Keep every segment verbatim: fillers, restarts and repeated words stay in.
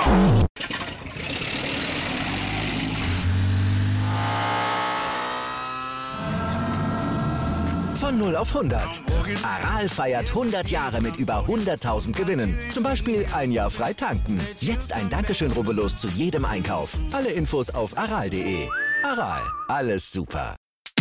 Von null auf hundert. Aral feiert hundert Jahre mit über hunderttausend Gewinnen. Zum Beispiel ein Jahr frei tanken. Jetzt ein Dankeschön, rubbellos zu jedem Einkauf. Alle Infos auf aral punkt de. Aral, alles super.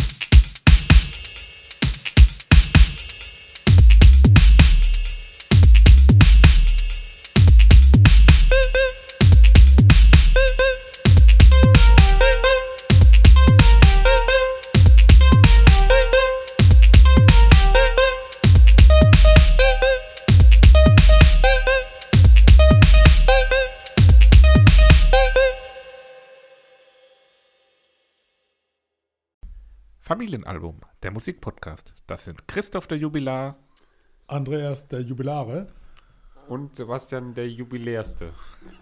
Familienalbum, der Musikpodcast. Das sind Christoph der Jubilar, Andreas der Jubilare und Sebastian der Jubilärste.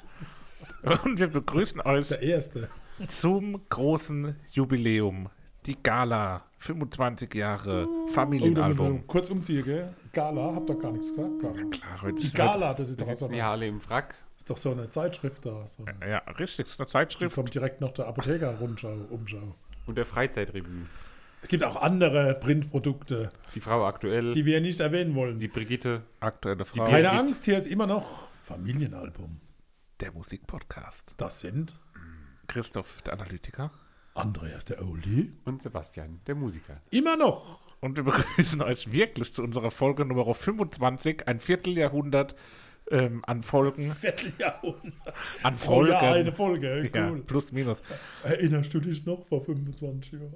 Und wir begrüßen euch der Erste zum großen Jubiläum. Die Gala, fünfundzwanzig Jahre Familienalbum. Oh, kurz umziehen, gell? Gala, habt ihr gar nichts gesagt? Gala. Klar, heute Die ist Gala, das ist Wir doch so sitzen hier eine, alle im Frack. ist doch so eine Zeitschrift da. So eine, Ja, richtig, das ist eine die Zeitschrift. kommt direkt nach der Apotheker-Rundschau, Umschau. Und der Freizeitrevue. Es gibt auch andere Printprodukte, Die Frau aktuell, die wir nicht erwähnen wollen. die Brigitte. Aktuelle Frau. Keine Birgit. Angst, hier ist immer noch Familienalbum. Der Musikpodcast. Das sind Christoph der Analytiker. Andreas der Oldie. Und Sebastian, der Musiker. Immer noch. Und wir begrüßen euch wirklich zu unserer Folge Nummer fünfundzwanzig. Ein Vierteljahrhundert ähm, an Folgen. Vierteljahrhundert. An Oh Folgen. ja, eine Folge, Ja, cool. plus, minus. Erinnerst du dich noch vor fünfundzwanzig Jahren?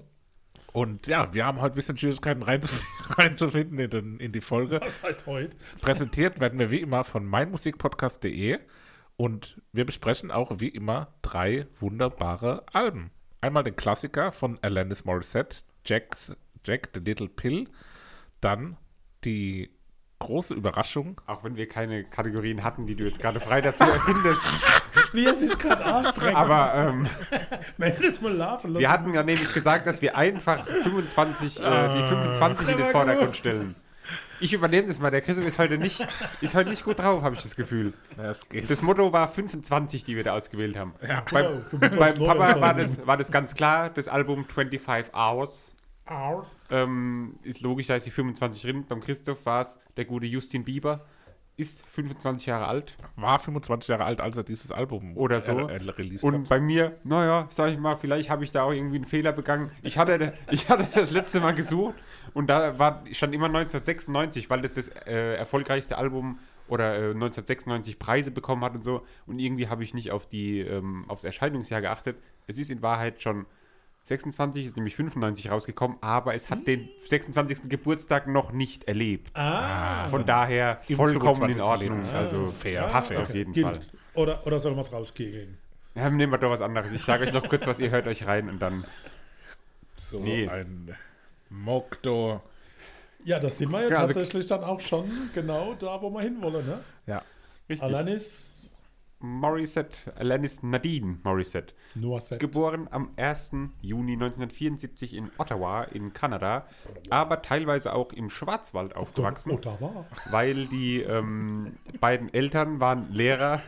Und ja, wir haben heute ein bisschen Schwierigkeiten reinzuf- reinzufinden in, den, in die Folge. Was heißt heute? Präsentiert werden wir wie immer von meinmusikpodcast punkt de und wir besprechen auch wie immer drei wunderbare Alben. Einmal den Klassiker von Alanis Morissette, Jack's, Jack the Little Pill, dann die große Überraschung. Auch wenn wir keine Kategorien hatten, die du jetzt gerade frei dazu erfindest. Wie er sich gerade anstrengt. Aber ähm, Meldes mal laufen wir hatten ja nämlich gesagt, dass wir einfach fünfundzwanzig, äh, die fünfundzwanzig in den Vordergrund stellen. Ich übernehme das mal. Der Christoph ist heute nicht, ist heute nicht gut drauf, habe ich das Gefühl. Ja, das geht. Das Motto war fünfundzwanzig, die wir da ausgewählt haben. Ja. Beim, Wow, fünfundzwanzig beim Papa Euro. war das, war das ganz klar, das Album fünfundzwanzig Hours. Hours. Ähm, ist logisch, da ist die fünfundzwanzig drin. Beim Christoph war es der gute Justin Bieber. Ist fünfundzwanzig Jahre alt. War fünfundzwanzig Jahre alt, als er dieses Album Oder so. äh, äh, released Und hat. bei mir, naja, sag ich mal, vielleicht habe ich da auch irgendwie einen Fehler begangen. Ich hatte, ich hatte das letzte Mal gesucht und da war, stand immer neunzehnhundertsechsundneunzig, weil das das äh, erfolgreichste Album oder äh, neunzehnhundertsechsundneunzig Preise bekommen hat und so. Und irgendwie habe ich nicht auf die, ähm, aufs Erscheinungsjahr geachtet. Es ist in Wahrheit schon sechsundzwanzig, ist nämlich fünfundneunzig rausgekommen, aber es hat den sechsundzwanzigsten Geburtstag noch nicht erlebt. Ah. Von daher Im vollkommen in fünfundzwanzigsten Ordnung. Lebensjahr. Also Fair. passt fair. auf jeden Gilt. Fall. Oder, oder soll man es rauskegeln? Ja, nehmen wir doch was anderes. Ich sage euch noch kurz was, ihr hört euch rein und dann. So Nee. ein Mokdo. Ja, das sind wir ja, Ja, also- tatsächlich dann auch schon genau da, wo wir hinwollen. Ne? Ja. Richtig. Alanis Morissette, Alanis Nadine Morissette. Noisette. Geboren am ersten Juni neunzehnhundertvierundsiebzig in Ottawa in Kanada, aber teilweise auch im Schwarzwald aufgewachsen, Ottawa. weil die ähm, beiden Eltern waren Lehrer.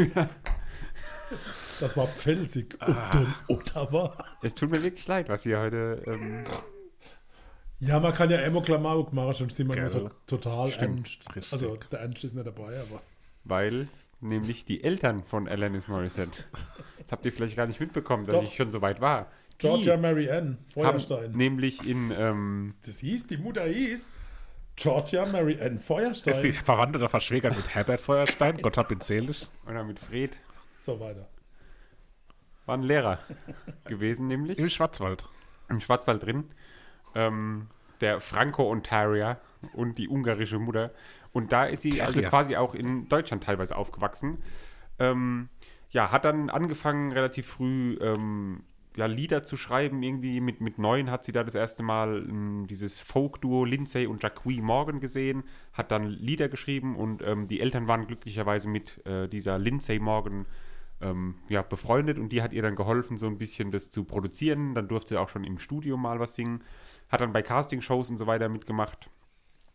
Das war Pfälzig. Ah. Und Ottawa. Es tut mir wirklich leid, was ihr heute... Ähm, Ja, man kann ja immer Klamauk machen, sonst sind wir immer so Gell. total Stimmt, ernst. richtig. Also der Ernst ist nicht dabei, aber weil nämlich die Eltern von Alanis Morissette, das habt ihr vielleicht gar nicht mitbekommen, dass Doch. ich schon so weit war, die Georgia Mary Ann haben Feuerstein. nämlich in... Ähm, Das hieß, die Mutter hieß Georgia Mary Ann Feuerstein. Ist die Verwandte oder verschwägert mit Herbert Feuerstein, Gott hab ihn selig. oder mit Fred, So weiter. waren Lehrer gewesen, nämlich Im Schwarzwald. im Schwarzwald drin. Ähm, der Franco-Ontarier und die ungarische Mutter. Und da ist sie also Terrier. quasi auch in Deutschland teilweise aufgewachsen. Ähm, ja, hat dann angefangen, relativ früh ähm, ja, Lieder zu schreiben. Irgendwie mit, mit neun hat sie da das erste Mal ähm, dieses Folk-Duo Lindsay und Jacques Morgan gesehen, hat dann Lieder geschrieben und ähm, die Eltern waren glücklicherweise mit äh, dieser Lindsay Morgan ähm, ja, befreundet und die hat ihr dann geholfen, so ein bisschen das zu produzieren. Dann durfte sie auch schon im Studio mal was singen, hat dann bei Castingshows und so weiter mitgemacht.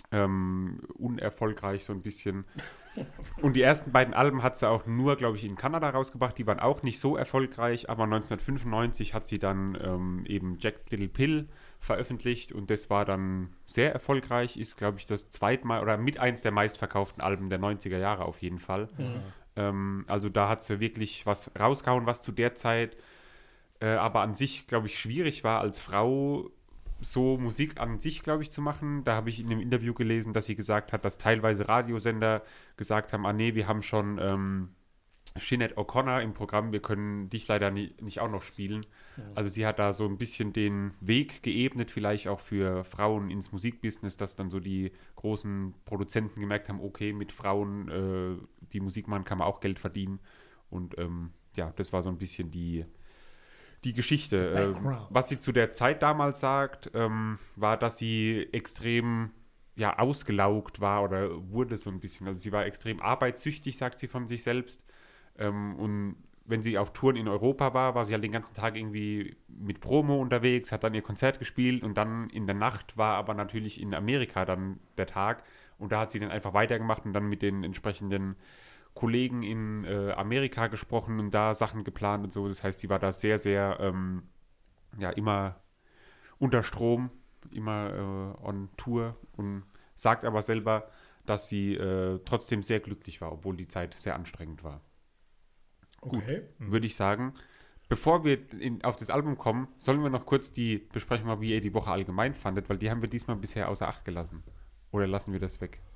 ähm, unerfolgreich so ein bisschen. Und die ersten beiden Alben hat sie auch nur, glaube ich, in Kanada rausgebracht. Die waren auch nicht so erfolgreich, aber neunzehnhundertfünfundneunzig hat sie dann ähm, eben Jagged Little Pill veröffentlicht und das war dann sehr erfolgreich. Ist, glaube ich, das zweitmal oder mit eins der meistverkauften Alben der neunziger Jahre auf jeden Fall. Mhm. Ähm, also da hat sie wirklich was rausgehauen, was zu der Zeit äh, aber an sich, glaube ich, schwierig war als Frau so Musik an sich, glaube ich, zu machen. Da habe ich in einem Interview gelesen, dass sie gesagt hat, dass teilweise Radiosender gesagt haben, ah nee, wir haben schon ähm, Sinead O'Connor im Programm, wir können dich leider nie, nicht auch noch spielen. Ja. Also sie hat da so ein bisschen den Weg geebnet, vielleicht auch für Frauen ins Musikbusiness, dass dann so die großen Produzenten gemerkt haben, okay, mit Frauen, äh, die Musik machen, kann man auch Geld verdienen. Und ähm, ja, das war so ein bisschen die Die Geschichte. Äh, was sie zu der Zeit damals sagt, ähm, war, dass sie extrem ja, ausgelaugt war oder wurde so ein bisschen. Also sie war extrem arbeitssüchtig, sagt sie von sich selbst. Ähm, und wenn sie auf Touren in Europa war, war sie halt den ganzen Tag irgendwie mit Promo unterwegs, hat dann ihr Konzert gespielt und dann in der Nacht war aber natürlich in Amerika dann der Tag und da hat sie dann einfach weitergemacht und dann mit den entsprechenden Kollegen in äh, Amerika gesprochen und da Sachen geplant und so. Das heißt, sie war da sehr, sehr ähm, ja, immer unter Strom, immer äh, on Tour und sagt aber selber, dass sie äh, trotzdem sehr glücklich war, obwohl die Zeit sehr anstrengend war. Okay. Gut, würde ich sagen. Bevor wir in, auf das Album kommen, sollen wir noch kurz die besprechen, mal, wie ihr die Woche allgemein fandet, weil die haben wir diesmal bisher außer Acht gelassen. Oder lassen wir das weg?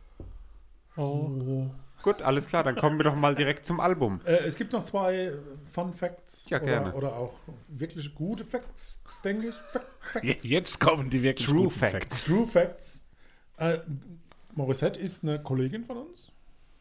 Oh. Gut, alles klar, dann kommen wir doch mal direkt zum Album. Äh, es gibt noch zwei Fun Facts. Ja, gerne. Oder, oder auch wirklich gute Facts, denke ich. Fact, Jetzt, jetzt kommen die wirklich True guten Facts. Facts. True Facts. Äh, Morissette ist eine Kollegin von uns.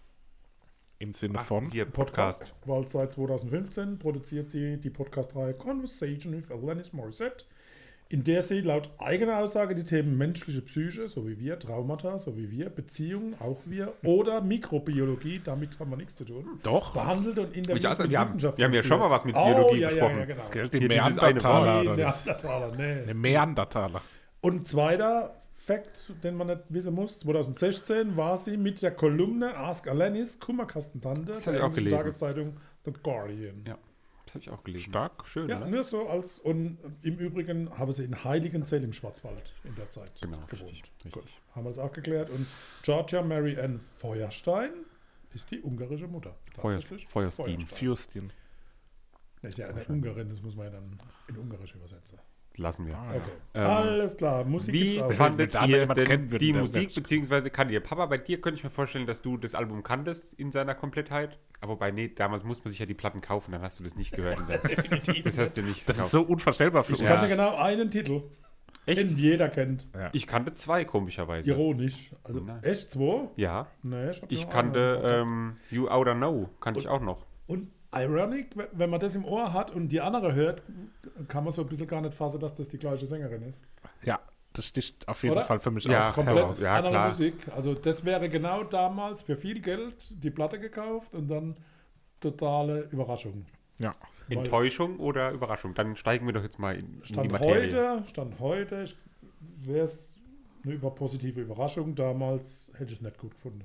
Im Sinne von Hier, Podcast. Weil seit zweitausendfünfzehn produziert sie die Podcast-Reihe Conversation with Alanis Morissette, in der sie laut eigener Aussage die Themen menschliche Psyche, so wie wir, Traumata, so wie wir, Beziehungen, auch wir, oder Mikrobiologie, damit haben wir nichts zu tun, Doch. behandelt und in der Ich also, wir, haben, wir haben ja geführt. schon mal was mit Oh, Biologie ja, gesprochen. Ja, ja, genau. Gell, die Hier dieses eine Neandertaler. Die oder das- Neandertaler, nee. Eine Neandertaler. Und zweiter Fakt, den man nicht wissen muss, zweitausendsechzehn war sie mit der Kolumne Ask Alanis, Kummerkastentante, Das hab der ich auch englischen gelesen. Tageszeitung The Guardian. Ja, das habe ich auch gelesen. Stark. Schön, Ja, ne? nur so als, und im Übrigen habe sie in Heiligenzell im Schwarzwald in der Zeit Genau, gewohnt. richtig, richtig. Gut, haben wir das auch geklärt. Und Georgia Mary Ann Feuerstein ist die ungarische Mutter. Feuers- Tatsächlich. Feuerstein. Fustin. Das ist ja eine Ungarin, das muss man ja dann in Ungarisch übersetzen. Lassen wir. Okay, Ähm, alles klar. Musik Wie gibt's auch. fandet Wenn wir da ihr jemand denn kennen würden, die der Musik, wär's. beziehungsweise kann ihr Papa? Bei dir könnte ich mir vorstellen, dass du das Album kanntest in seiner Komplettheit. Aber wobei, nee, damals muss man sich ja die Platten kaufen, dann hast du das nicht gehört. Definitiv. Das hast du nicht Das ist gekauft. so unvorstellbar für Ich uns. kannte genau einen Titel, Echt? den jeder kennt. Ich kannte zwei, komischerweise. Ironisch. Also Nein. echt zwei? Ja, Nee, ich hab ich nur kannte einen. ähm, You Oughta Know, kannte ich auch noch. Und ironic, w- wenn man das im Ohr hat und die andere hört, kann man so ein bisschen gar nicht fassen, dass das die gleiche Sängerin ist. Ja, das sticht auf jeden Oder? Fall für mich Ja, aus. Komplett heraus. Ja, andere klar. Musik. Also das wäre genau damals für viel Geld die Platte gekauft und dann totale Überraschung. Ja. Weil Enttäuschung oder Überraschung? Dann steigen wir doch jetzt mal in, in die Stand Materie. heute, Stand heute wäre es eine über positive Überraschung. Damals hätte ich es nicht gut gefunden.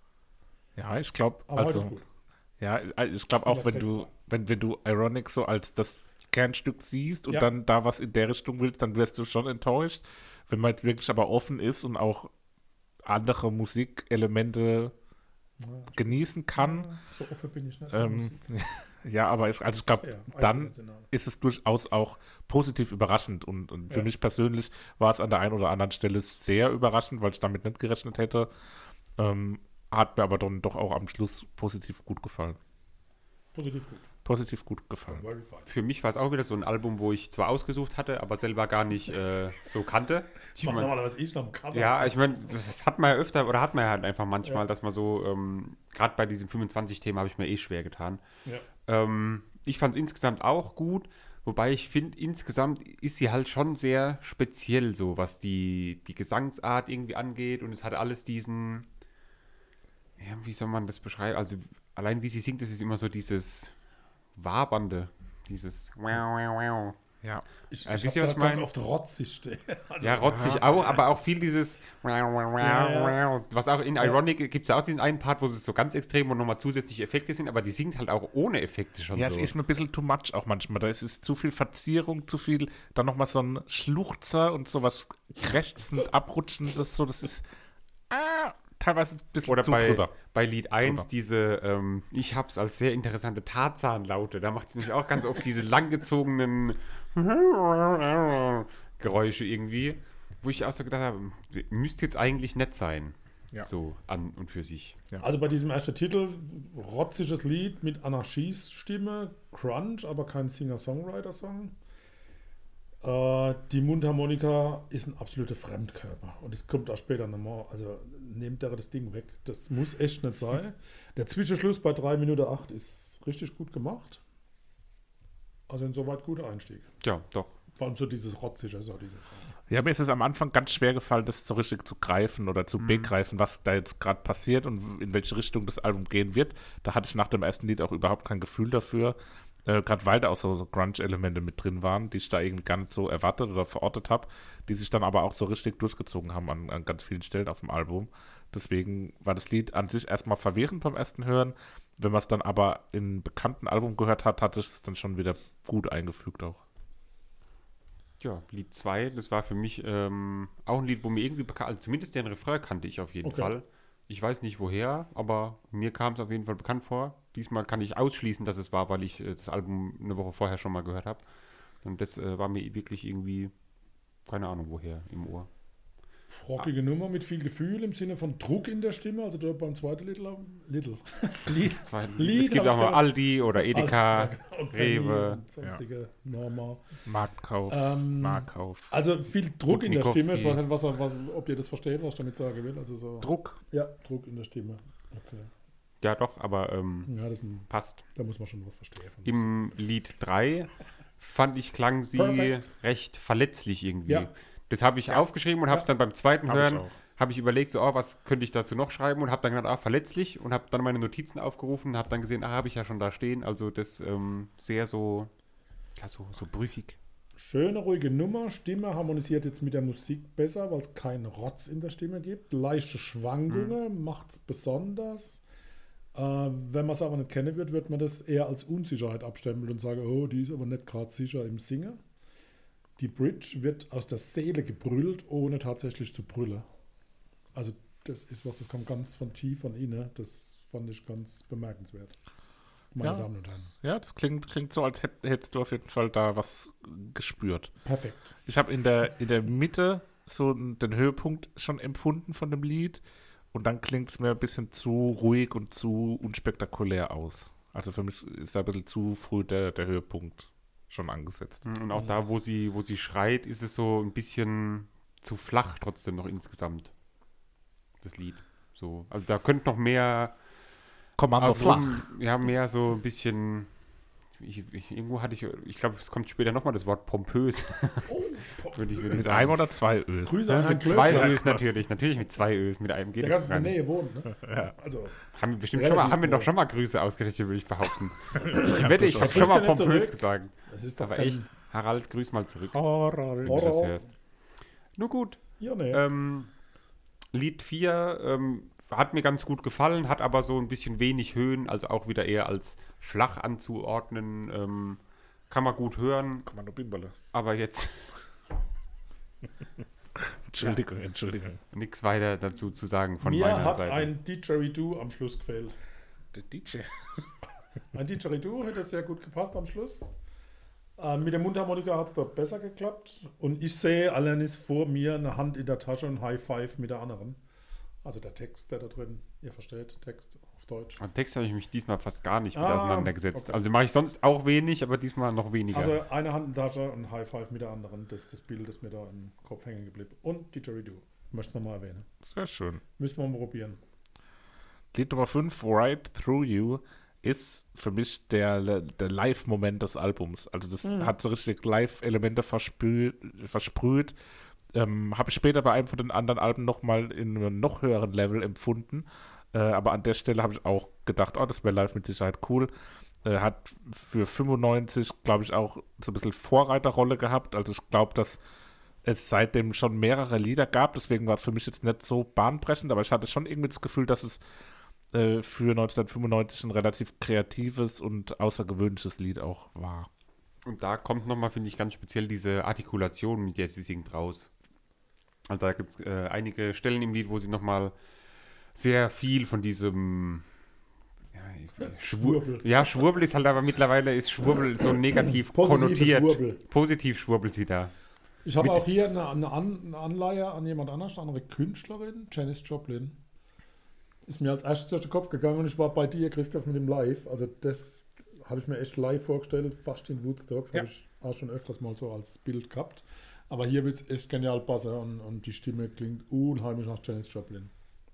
Ja, ich glaube, Aber heute also, ist gut. ja, ich glaube auch, wenn du, hundertsechs. wenn, wenn du Ironic so als das Kernstück siehst und Ja. dann da was in der Richtung willst, dann wirst du schon enttäuscht. Wenn man jetzt wirklich aber offen ist und auch andere Musikelemente genießen kann, So offen bin ich nicht. für ähm, Musik. ja, aber ich, also ich glaube, Ja, dann eindimensional. ist es durchaus auch positiv überraschend und, und für Ja. mich persönlich war es an der einen oder anderen Stelle sehr überraschend, weil ich damit nicht gerechnet hätte. Ähm, hat mir aber dann doch auch am Schluss positiv gut gefallen. Positiv gut. Positiv gut gefallen. Very fine. Für mich war es auch wieder so ein Album, wo ich zwar ausgesucht hatte, aber selber gar nicht äh, so kannte. Ich mache normalerweise ich noch am Cover. Ja, ich meine, das hat man ja öfter, oder hat man ja halt einfach manchmal, Ja. dass man so, ähm, gerade bei diesem fünfundzwanzig-Thema habe ich mir eh schwer getan. Ja. Ähm, ich fand es insgesamt auch gut, wobei ich finde, insgesamt ist sie halt schon sehr speziell so, was die, die Gesangsart irgendwie angeht und es hat alles diesen, ja, wie soll man das beschreiben, also allein wie sie singt, das ist immer so dieses Wabernde, dieses wow, wow, wow. Ja. Ich, Äh, ich wisst ihr, hab was da ich ganz mein? oft rotzig stehen. Also, Ja, rotzig Ja. auch, aber auch viel dieses, ja. was auch in Ironic gibt es ja auch diesen einen Part, wo es so ganz extrem und nochmal zusätzliche Effekte sind, aber die singt halt auch ohne Effekte schon Ja, so. es ist mir ein bisschen too much auch manchmal. Da ist es zu viel Verzierung, zu viel, dann nochmal so ein Schluchzer und sowas krächzend, abrutschendes, so, das ist ah, teilweise ein bisschen Oder zu bei, drüber. bei Lied eins Drüber. diese, ähm, ich hab's als sehr interessante Tarzan-Laute. Da macht sie nämlich auch ganz oft diese langgezogenen Geräusche irgendwie, wo ich auch so gedacht habe, müsste jetzt eigentlich nett sein. Ja. So an und für sich. Also bei diesem ersten Titel, rotziges Lied mit Anarchies-Stimme, Crunch, aber kein Singer-Songwriter-Song. Äh, die Mundharmonika ist ein absoluter Fremdkörper. Und es kommt auch später nochmal. Also nehmt der das Ding weg. Das muss echt nicht sein. Der Zwischenschluss bei drei Minuten acht ist richtig gut gemacht. Also insoweit guter Einstieg. Ja, doch. Vor allem so dieses rotzige, so diese Ja, mir ist es am Anfang ganz schwer gefallen, das so richtig zu greifen oder Mhm. zu begreifen, was da jetzt gerade passiert und in welche Richtung das Album gehen wird. Da hatte ich nach dem ersten Lied auch überhaupt kein Gefühl dafür. Äh, gerade weil da auch so, so Grunge-Elemente mit drin waren, die ich da irgendwie gar nicht so erwartet oder verortet habe, die sich dann aber auch so richtig durchgezogen haben an, an ganz vielen Stellen auf dem Album. Deswegen war das Lied an sich erstmal verwirrend beim ersten Hören. Wenn man es dann aber in einem bekannten Album gehört hat, hat es dann schon wieder gut eingefügt auch. Ja, Lied zwei, das war für mich ähm, auch ein Lied, wo mir irgendwie bekannt, also zumindest den Refrain kannte ich auf jeden Okay. Fall. Ich weiß nicht woher, aber mir kam es auf jeden Fall bekannt vor. Diesmal kann ich ausschließen, dass es war, weil ich äh, das Album eine Woche vorher schon mal gehört habe. Und das äh, war mir wirklich irgendwie, keine Ahnung woher, im Ohr. rockige Nummer mit viel Gefühl im Sinne von Druck in der Stimme. Also da beim zweiten Little, Little. Lied. Zwei, Lied es gibt hab auch ich mal gehört. Aldi oder Edeka, Ja, genau, und Penny Rewe. und sonstige Norma. Marktkauf, Ähm, Marktkauf. Also viel Druck in der Mikowski. Stimme. Ich weiß nicht, was, er- was, ob ihr das versteht, was ich damit sagen will. Also so, Druck. ja, Druck in der Stimme. Okay. Ja doch, aber ähm, Ja, das ist ein, passt. da muss man schon was verstehen. Von Im Lied drei fand ich, klang sie Perfekt. recht verletzlich irgendwie. Ja. Das habe ich aufgeschrieben und habe es Ja. dann beim zweiten Hab ich Hören, auch. habe ich überlegt, so, oh, was könnte ich dazu noch schreiben und habe dann gedacht, ah, verletzlich und habe dann meine Notizen aufgerufen und habe dann gesehen, ah, habe ich ja schon da stehen. Also das ähm, sehr so, ja, so, so brüchig. Schöne, ruhige Nummer. Stimme harmonisiert jetzt mit der Musik besser, weil es keinen Rotz in der Stimme gibt. Leichte Schwankungen Mhm. macht es besonders. Äh, wenn man es aber nicht kennen wird, wird man das eher als Unsicherheit abstempeln und sagen, oh, die ist aber nicht gerade sicher im Singen. Die Bridge wird aus der Seele gebrüllt, ohne tatsächlich zu brüllen. Also das ist was, das kommt ganz von tief von innen. Das fand ich ganz bemerkenswert. Meine Ja. Damen und Herren. Ja, das klingt, klingt so, als hätt, hättest du auf jeden Fall da was gespürt. Perfekt. Ich habe in der, in der Mitte so den Höhepunkt schon empfunden von dem Lied und dann klingt es mir ein bisschen zu ruhig und zu unspektakulär aus. Also für mich ist da ein bisschen zu früh der, der Höhepunkt schon angesetzt. Und auch da, wo sie, wo sie schreit, ist es so ein bisschen zu flach trotzdem noch insgesamt. Das Lied. So. Also da könnte noch mehr Kommando also, flach. Ja, mehr so ein bisschen. Ich, ich, irgendwo hatte ich, ich glaube, es kommt später nochmal das Wort pompös. würde ich, würde ich Mit sagen. einem oder zwei Öl. Grüße Ja, an Herrn mit zwei Klöckler, Ös natürlich, natürlich mit zwei Ös, mit einem geht der es ganz in gar der nicht. Nähe wohnt. Ne? Also, Haben wir bestimmt Relativ schon mal, haben wir nah. doch schon mal Grüße ausgerichtet, würde ich behaupten. Ich wette, ich habe Grüßt schon mal er nicht pompös zurück? gesagt. das ist doch Aber kein- echt, Harald, grüß mal zurück, Horror. wenn du das Horror. hörst. Nur gut. Ja, nee. Ähm, Lied vier ähm, hat mir ganz gut gefallen, hat aber so ein bisschen wenig Höhen, also auch wieder eher als flach anzuordnen. Ähm, kann man gut hören, Kommando Bimberle. aber jetzt Entschuldigung, Entschuldigung. nichts weiter dazu zu sagen von Mir meiner hat Seite. ein Didgeridoo am Schluss gefehlt. Der D J. Ein Didgeridoo hätte sehr gut gepasst am Schluss. Äh, mit der Mundharmonika hat es dort besser geklappt. Und ich sehe Alanis vor mir eine Hand in der Tasche und High Five mit der anderen. Also der Text, der da drin, ihr versteht, Text auf Deutsch. Am Text habe ich mich diesmal fast gar nicht mit Ah, auseinandergesetzt. okay. Also mache ich sonst auch wenig, aber diesmal noch weniger. Also eine Hand in der Tasche und High Five mit der anderen. Das ist das Bild, das mir da im Kopf hängen geblieben. Und Didgeridoo. Möchte ich nochmal erwähnen. Sehr schön. Müssen wir mal probieren. Lied Nummer fünf, Right Through You, ist für mich der, der Live-Moment des Albums. Also das hat so richtig Live-Elemente versprüht. versprüht. Ähm, habe ich später bei einem von den anderen Alben nochmal in einem noch höheren Level empfunden. Äh, aber an der Stelle habe ich auch gedacht, oh, das wäre live mit Sicherheit cool. äh, hat für fünfundneunzig, glaube ich, auch so ein bisschen Vorreiterrolle gehabt. Also ich glaube, dass es seitdem schon mehrere Lieder gab, deswegen war es für mich jetzt nicht so bahnbrechend, aber ich hatte schon irgendwie das Gefühl, dass es äh, für neunzehnhundertfünfundneunzig ein relativ kreatives und außergewöhnliches Lied auch war. Und da kommt nochmal, finde ich, ganz speziell diese Artikulation, mit der sie singt, raus. Also da gibt es äh, einige Stellen im Lied, wo sie nochmal sehr viel von diesem ja, Schwurbel. Ja, Schwurbel ist halt aber mittlerweile ist Schwurbel so negativ Positive konnotiert. Schwurbel. Positiv schwurbelt sie da. Ich habe Mit- auch hier eine, eine, An eine Anleihe an jemand anders, eine andere Künstlerin, Janis Joplin. Ist mir als erstes durch den Kopf gegangen und ich war bei dir, Christoph, mit dem Live. Also das habe ich mir echt live vorgestellt, fast in Woodstock. Das Ja. habe ich auch schon öfters mal so als Bild gehabt. Aber hier wird es echt genial passen und, und die Stimme klingt unheimlich nach Janis Joplin.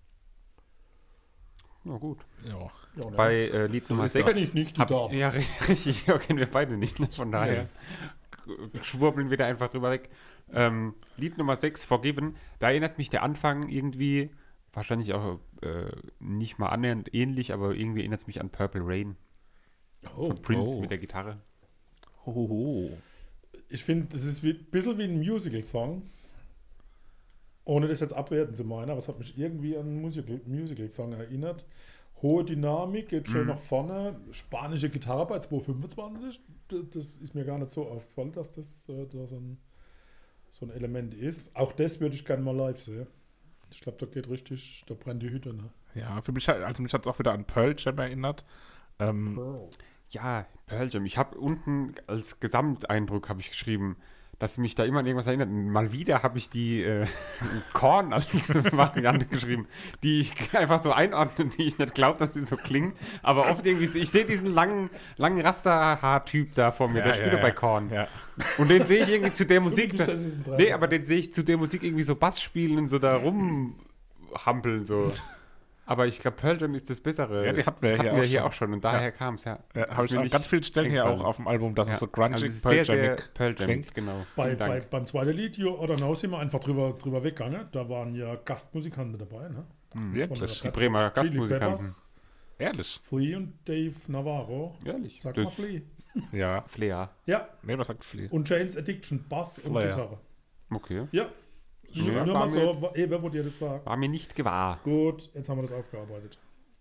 Na gut. Ja. Ja, ne? Bei äh, Lied Nummer das sechs. kenne ich nicht, die Hab, da. ja, richtig, ja, kennen wir beide nicht. Ne? Von daher schwurbeln wir da einfach drüber weg. Ähm, Lied Nummer sechs, Forgiven, da erinnert mich der Anfang irgendwie, wahrscheinlich auch äh, nicht mal annähernd ähnlich, aber irgendwie erinnert es mich an Purple Rain Oh, von Prince oh. mit der Gitarre. Hohoho. ich finde, das ist ein bisschen wie ein Musical-Song. Ohne das jetzt abwerten zu meinen, aber es hat mich irgendwie an einen Musical- Musical-Song erinnert. Hohe Dynamik, geht schön Mhm. nach vorne. Spanische Gitarre bei zwei fünfundzwanzig. Das, das ist mir gar nicht so aufgefallen, dass das äh, da so ein, so ein Element ist. Auch das würde ich gerne mal live sehen. Ich glaube, da geht richtig, da brennt die Hütte. Ne? Ja, für mich, hat- also mich hat es auch wieder an Pearl Jam erinnert. Ähm, Ja, Pearl Jam. Ich habe unten als Gesamteindruck habe ich geschrieben, dass mich da immer an irgendwas erinnert. Mal wieder habe ich die äh, Korn als Variante geschrieben, die ich einfach so einordne, die ich nicht glaube, dass die so klingen. Aber oft irgendwie, ich sehe diesen langen, langen Rasterhaar-Typ da vor mir, Ja, der ja, spielt ja. doch bei Korn. ja. Und den sehe ich irgendwie zu der Musik. wichtig, dass es ein Drei Nee, war. aber den sehe ich zu der Musik irgendwie so Bass spielen und so da rumhampeln. So. Aber ich glaube, Pearl Jam ist das Bessere. Ja, die hatten wir hier hatten auch wir hier schon. auch schon. Und daher kam es, ja. Ja, Das habe ich mir an nicht ganz vielen Stellen hier auch eingefallen. auf dem Album, dass Ja. es so grungig, also es ist sehr, sehr Pearl Pearl Jam Jam, klingt. genau. Bei, Vielen bei, Dank. beim zweiten Lied, You or No, sind wir einfach drüber, drüber weggegangen. Da waren ja Gastmusikanten dabei. Ne? Wirklich. Die Bremer Chili Gastmusikanten. Peppers, Ehrlich. Flea und Dave Navarro. Ehrlich. Sag das mal Flea. Ja. Flair. Ja, Nee, was sagt Flea? und Jane's Addiction, Bass und Flair. Gitarre. Okay. Ja, nur, Ja, nur war mal mir so, Ewe, wo dir das sagt. War mir nicht gewahr. Gut, jetzt haben wir das aufgearbeitet.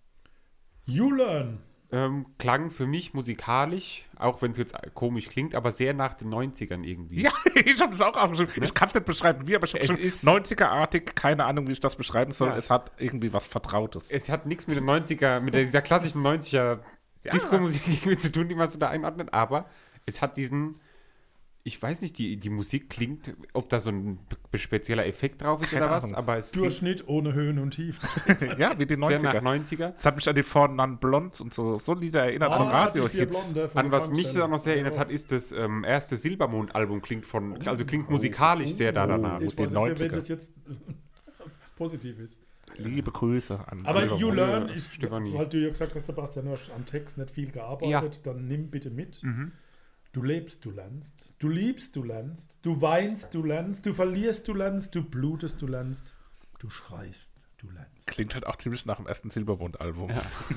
You Learn. Ähm, klang für mich musikalisch, auch wenn es jetzt komisch klingt, aber sehr nach den neunzigern irgendwie. Ja, ich habe das auch aufgeschrieben. Ich kann es nicht beschreiben, wie, aber ich habe Es schon ist- neunziger-artig, keine Ahnung, wie ich das beschreiben soll. Ja. Es hat irgendwie was Vertrautes. Es hat nichts mit den neunziger, mit dieser klassischen neunziger Disco-Musik irgendwie zu tun, die man so da einordnet, aber es hat diesen, ich weiß nicht, die, die Musik klingt, ob da so ein be- spezieller Effekt drauf ist Keine oder was, Ahnung. aber es klingt Durchschnitt ohne Höhen und Tiefen. Ja, wie die sehr nach neunziger. neunziger. Es hat mich an die vorne an Blondes und so, so Lieder erinnert, so Ah, die vier Radio-Hits. Blonde von An der was mich Tankstelle. da noch sehr erinnert Ja. hat, ist das ähm, erste Silbermond-Album klingt von, also klingt musikalisch sehr da danach. Ich die weiß nicht, wenn neunziger. das jetzt positiv ist. Liebe Grüße an Aber Silbermond. You Learn, ich, Stefanie. weil du ja gesagt hast, Sebastian, du hast am Text nicht viel gearbeitet, dann nimm bitte mit. Mhm. Du lebst, du lernst. Du liebst, du lernst. Du weinst, du lernst. Du verlierst, du lernst. Du blutest, du lernst. Du schreist, du lernst. Klingt halt auch ziemlich nach dem ersten Silbermond-Album.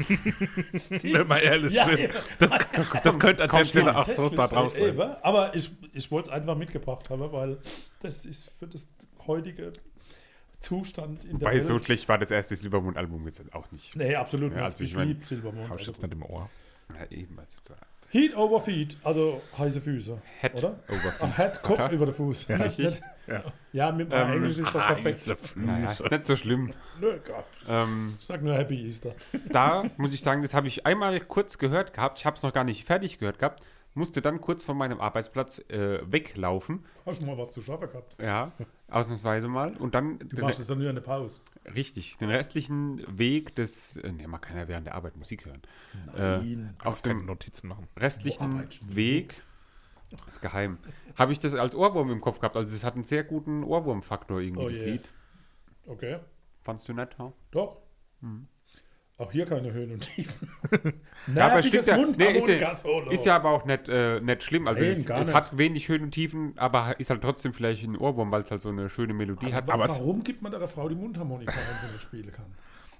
Wenn wir ehrlich Ja, sind. ja. Das, das könnte an der Stelle auch so Tatsächlich, da drauf äh, sein. Ewe. Aber ich, ich wollte es einfach mitgebracht haben, weil das ist für das heutige Zustand in der Weil Welt. so schlecht war das erste Silbermond-Album jetzt auch nicht. Nee, absolut Ja, nicht. also ich ich mein, liebe Silbermond. Habe ich jetzt nicht im Ohr. Ja, eben, also so. Heat over Feet, also heiße Füße, Head oder? over Ah, Feet. Head, Kopf Oder? über den Fuß. Ja, richtig. Ja. Ja, mit meinem Ähm, Englisch ist doch perfekt. Naja, ist nicht so schlimm. Nö, Gott. Ähm, Ich sag nur Happy Easter. da muss ich sagen, das habe ich einmal kurz gehört gehabt. Ich habe es noch gar nicht fertig gehört gehabt. Musste dann kurz von meinem Arbeitsplatz äh, weglaufen. Hast du mal was zu schaffen gehabt? Ja, ausnahmsweise mal. Und dann Du machst es dann nur in der Pause. richtig, den restlichen Weg des, äh, ne, man kann ja während der Arbeit Musik hören. Äh, auf Keine dem Notizen machen. restlichen Wo arbeitest du? Weg, das ist geheim, habe ich das als Ohrwurm im Kopf gehabt. Also es hat einen sehr guten Ohrwurmfaktor irgendwie, Oh das je. Lied. Okay, Fandst du nicht, ha? doch. Auch hier keine Höhen und Tiefen. Ja, aber Nerviges stimmt ja. Nee, ist, ja, Mundharmonika-Solo. ist ja aber auch nicht, äh, nicht schlimm. Also Nein, es, gar es nicht. hat wenig Höhen und Tiefen, aber ist halt trotzdem vielleicht ein Ohrwurm, weil es halt so eine schöne Melodie hat. Aber aber es- warum gibt man der Frau die Mundharmonika, wenn sie nicht spielen kann?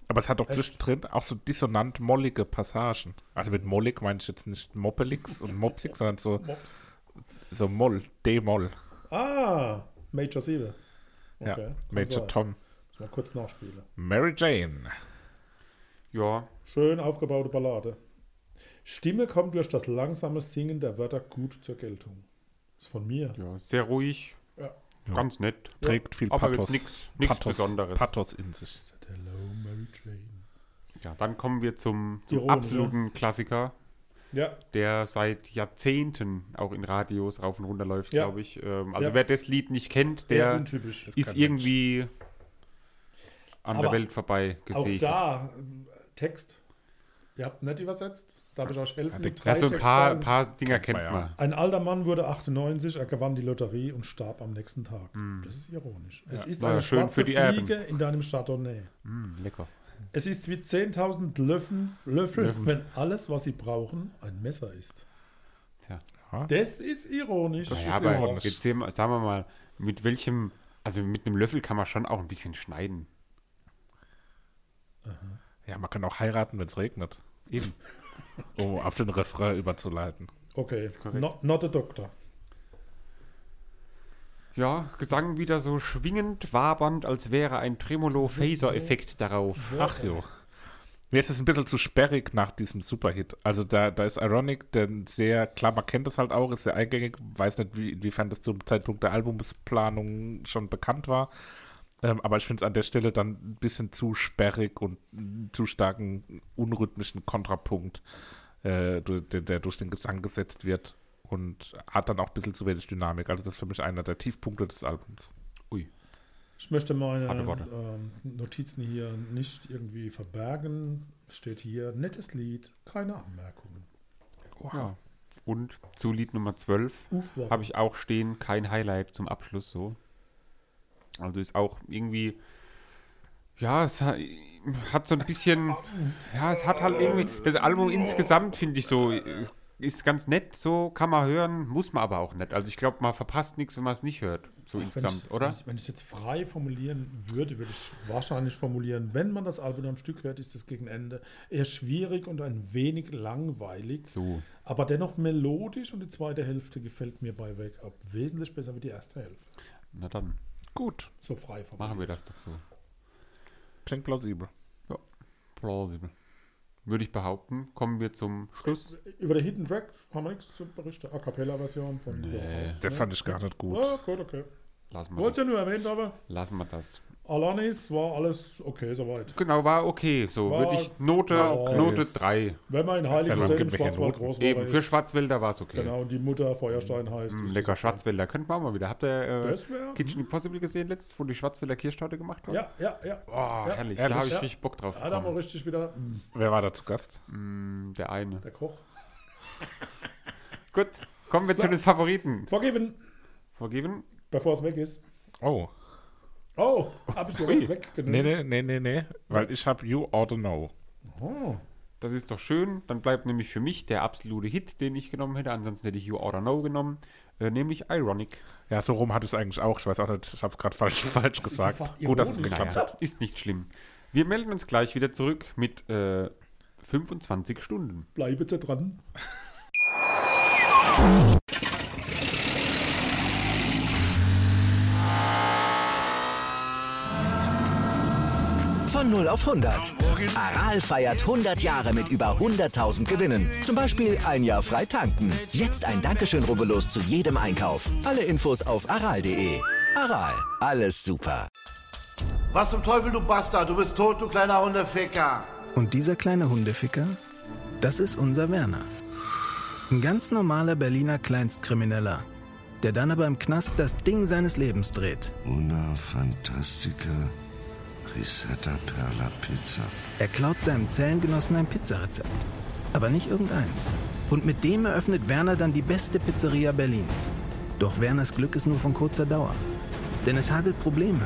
Aber es hat doch Echt? zwischendrin auch so dissonant-mollige Passagen. Also mit mollig meine ich jetzt nicht Moppelix und Mopsig, sondern so, Mops. so Moll, D-Moll. Ah, Major sieben. Ja, Okay, kann Major sein. Tom. Muss mal kurz nachspielen. Mary Jane. Ja, Schön aufgebaute Ballade. Stimme kommt durch das langsame Singen der Wörter gut zur Geltung. Ist von mir. ja, sehr ruhig, Ja. ganz nett. Trägt viel Aber Pathos. jetzt nichts- nichts Pathos, Besonderes. Pathos in sich. Said hello, Mary Jane. Ja, dann kommen wir zum, zum Ironisch, absoluten Klassiker, Ja, der seit Jahrzehnten auch in Radios rauf und runter läuft, Ja. glaube ich. Ähm, also Ja. wer das Lied nicht kennt, sehr der untypisch. ist kein irgendwie an Aber der Welt vorbei Auch gesegelt. da, ähm, Text. Ihr habt nicht übersetzt. Darf ich euch helfen? Ja, mit Ja, so ein paar, Textzeilen? paar Dinger kennt man ja. man. Ein alter Mann wurde achtundneunzig, er gewann die Lotterie und starb am nächsten Tag. Mm. Das ist ironisch. Es ist Na ja, eine schön schwarze für die Erben. Fliege in deinem Chardonnay. Mm, lecker. Es ist wie zehntausend Löffel, Löffel, Löffel. wenn alles, was sie brauchen, ein Messer ist. Tja. Das ist ironisch. Das Naja, ist aber ironisch. jetzt sehen wir, sagen wir mal, mit welchem, also mit einem Löffel kann man schon auch ein bisschen schneiden. Ja, man kann auch heiraten, wenn es regnet. Eben. Um auf den Refrain überzuleiten. Okay, korrekt. not, not a doctor. Ja, Gesang wieder so schwingend, wabernd, als wäre ein Tremolo-Phaser-Effekt darauf. Ach jo. Mir ist es ein bisschen zu sperrig nach diesem Superhit. Also da, da ist Ironic, denn sehr, klar, man kennt das halt auch, ist sehr eingängig, weiß nicht, wie, inwiefern das zum Zeitpunkt der Albumsplanung schon bekannt war. Ähm, aber ich finde es an der Stelle dann ein bisschen zu sperrig und einen zu starken, unrhythmischen Kontrapunkt, äh, der, der durch den Gesang gesetzt wird und hat dann auch ein bisschen zu wenig Dynamik. Also das ist für mich einer der Tiefpunkte des Albums. Ui. Ich möchte meine Harte Worte. ähm, Notizen hier nicht irgendwie verbergen. Es steht hier, nettes Lied, keine Anmerkungen. Ja. Und zu Lied Nummer zwölf Uff, wow. habe ich auch stehen, kein Highlight zum Abschluss so. Also ist auch irgendwie, ja, es hat, hat so ein bisschen, ja, es hat halt irgendwie, das Album insgesamt finde ich so, ist ganz nett, so kann man hören, muss man aber auch nicht. Also ich glaube, man verpasst nichts, wenn man es nicht hört, so Wenn insgesamt, ich, oder? Wenn ich, wenn ich jetzt frei formulieren würde, würde ich wahrscheinlich formulieren, wenn man das Album am Stück hört, ist es gegen Ende eher schwierig und ein wenig langweilig, So. aber dennoch melodisch und die zweite Hälfte gefällt mir bei Wake Up wesentlich besser wie die erste Hälfte. Na dann, Gut, So frei formuliert. machen wir das doch so. klingt plausibel. Plausible. Würde ich behaupten, kommen wir zum Schluss. Über den Hidden Track haben wir nichts zu berichten. A Cappella-Version von Nee. Johann. Der fand ich gar nicht gut. Ah, gut, okay. Lassen wir Wollte ja das. nur erwähnt, aber Lassen wir das. Alanis war alles okay soweit. Genau, war okay. So War- würde ich Note, war okay. Note drei. Wenn man in Ja, Heiligenzell im gibt mir keine Schwarzwald Noten. groß Eben, war, für ist, Schwarzwälder war es okay. genau, und die Mutter Feuerstein heißt. Mm, ist lecker das okay. Schwarzwälder. Könnten wir auch mal wieder. Habt ihr äh, Das wär- Kitchen Impossible gesehen letztes, wo die Schwarzwälder Kirschtorte gemacht haben? Ja, ja, ja. Oh, Ja, herrlich. ehrlich, Da habe ich ja. richtig Bock drauf Ja, da haben wir bekommen. richtig wieder mm, Wer war da zu Gast? Mm, der eine. der Koch. Gut, kommen wir So. zu den Favoriten. Vergeben, Vergeben? bevor es weg ist. Oh. Oh, habe ich dir was weggenommen? Nee, nee, nee, nee, nee. Weil ich habe You Ought to Know. Oh. Das ist doch schön. Dann bleibt nämlich für mich der absolute Hit, den ich genommen hätte. Ansonsten hätte ich You Oughta Know genommen. Äh, nämlich Ironic. Ja, so rum hatte ich es eigentlich auch. Ich weiß auch nicht, ich habe es gerade falsch, falsch ist ja gesagt. fast Gut, dass es ironisch. geklappt Naja, hat. ist nicht schlimm. Wir melden uns gleich wieder zurück mit äh, fünfundzwanzig Stunden. Bleibe bitte dran. Von null auf hundert. Aral feiert hundert Jahre mit über hunderttausend Gewinnen. Zum Beispiel ein Jahr frei tanken. Jetzt ein Dankeschön, rubbellos zu jedem Einkauf. Alle Infos auf aral punkt de. Aral, alles super. Was zum Teufel, du Bastard? Du bist tot, du kleiner Hundeficker. Und dieser kleine Hundeficker, das ist unser Werner. Ein ganz normaler Berliner Kleinstkrimineller, der dann aber im Knast das Ding seines Lebens dreht. Una Fantastica Risetta Perla Pizza. Er klaut seinem Zellengenossen ein Pizzarezept. Aber nicht irgendeins. Und mit dem eröffnet Werner dann die beste Pizzeria Berlins. Doch Werners Glück ist nur von kurzer Dauer. Denn es hagelt Probleme.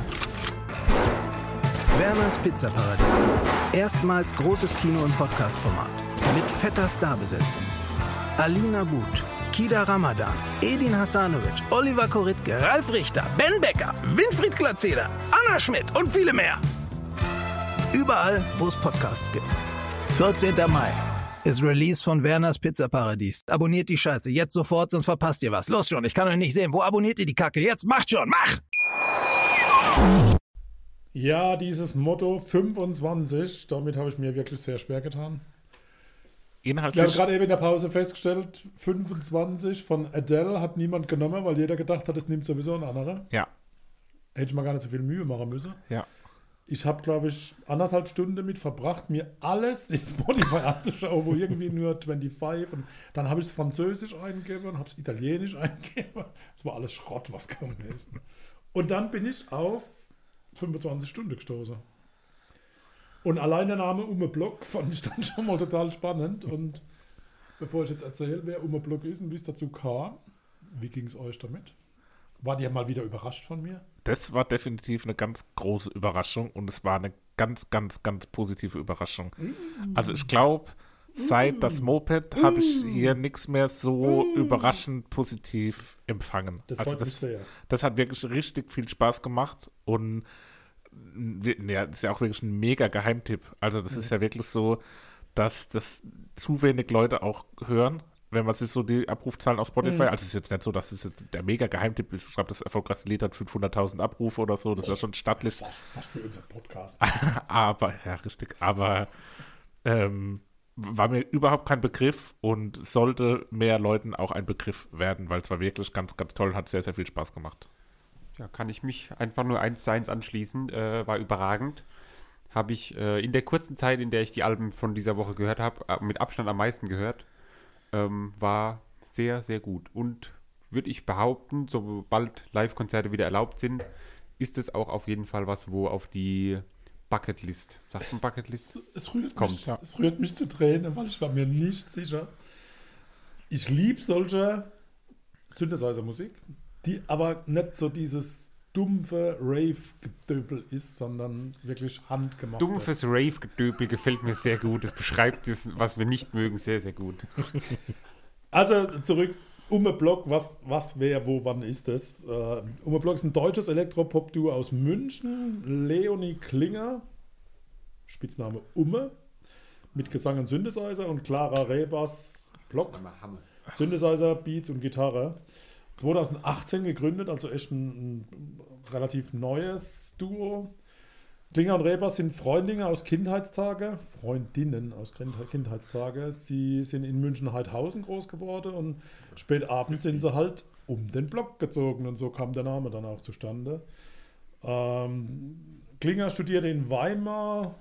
Werners Pizzaparadies. Erstmals großes Kino- und Podcast-Format. Mit fetter Starbesetzung. Alina But, Kida Ramadan, Edin Hasanovic, Oliver Koritke, Ralf Richter, Ben Becker, Winfried Glatzeder, Anna Schmidt und viele mehr. Überall, wo es Podcasts gibt. vierzehnter Mai ist Release von Werners Pizza Paradies. Abonniert die Scheiße jetzt sofort, sonst verpasst ihr was. Los schon, ich kann euch nicht sehen. Wo abonniert ihr die Kacke? Jetzt macht schon, mach! Ja, dieses Motto fünfundzwanzig, damit habe ich mir wirklich sehr schwer getan. Wir Inhaltlich. haben gerade eben in der Pause festgestellt, fünfundzwanzig von Adele hat niemand genommen, weil jeder gedacht hat, es nimmt sowieso ein anderer. Ja, Hätte ich mal gar nicht so viel Mühe machen müssen. ja. Ich habe, glaube ich, anderthalb Stunden damit verbracht, mir alles in Spotify anzuschauen, wo irgendwie nur fünfundzwanzig und dann habe ich es Französisch eingegeben und habe es Italienisch eingegeben. Es war alles Schrott, was gekommen ist. Und dann bin ich auf fünfundzwanzig Stunden gestoßen. Und allein der Name Umme Block fand ich dann schon mal total spannend. Und bevor ich jetzt erzähle, wer Umme Block ist und wie es dazu kam, wie ging es euch damit? Wart ihr mal wieder überrascht von mir? Das war definitiv eine ganz große Überraschung und es war eine ganz, ganz, ganz positive Überraschung. Also ich glaube, seit das Moped habe ich hier nichts mehr so überraschend positiv empfangen. Das also freut mich sehr. Das hat wirklich richtig viel Spaß gemacht und ja, das ist ja auch wirklich ein mega Geheimtipp. Also das ist ja wirklich so, dass das zu wenig Leute auch hören, wenn man sich so die Abrufzahlen auf Spotify, also es ist jetzt nicht so, dass es jetzt der mega Geheimtipp ist. Ich glaube, das erfolgreichste Lied hat fünfhunderttausend Abrufe oder so, das ist ja schon stattlich. Fast, fast wie unser Podcast. Aber, ja, richtig, aber ähm, war mir überhaupt kein Begriff und sollte mehr Leuten auch ein Begriff werden, weil es war wirklich ganz, ganz toll und hat sehr, sehr viel Spaß gemacht. Ja, kann ich mich einfach nur eins zu eins anschließen. Äh, war überragend. Habe ich äh, in der kurzen Zeit, in der ich die Alben von dieser Woche gehört habe, äh, mit Abstand am meisten gehört. Ähm, war sehr, sehr gut. Und würde ich behaupten, sobald Live-Konzerte wieder erlaubt sind, ist es auch auf jeden Fall was, wo auf die Bucketlist, sagt man Bucketlist? Es rührt, Kommt, mich, ja. es rührt mich zu Tränen, weil ich war mir nicht sicher. Ich liebe solche Synthesizer-Musik, die aber nicht so dieses dumpfe Rave-Gedöbel ist, sondern wirklich handgemacht. Dumpfes Rave-Gedöbel gefällt mir sehr gut. Das beschreibt das, was wir nicht mögen, sehr, sehr gut. Also zurück, Umme Block, was, was, wer, wo, wann ist das? Uh, Umme Block ist ein deutsches Elektropop-Duo aus München. Leonie Klinger, Spitzname Umme, mit Gesang und Synthesizer und Clara Rebas Block, Synthesizer, Beats und Gitarre. zweitausendachtzehn gegründet, also echt ein, ein relativ neues Duo. Klinger und Rebers sind Freundinnen aus Kindheitstage, Freundinnen aus Kindheitstage. Sie sind in München-Heidhausen groß geworden und spät abends sind sie halt um den Block gezogen und so kam der Name dann auch zustande. Ähm, Klinger studierte in Weimar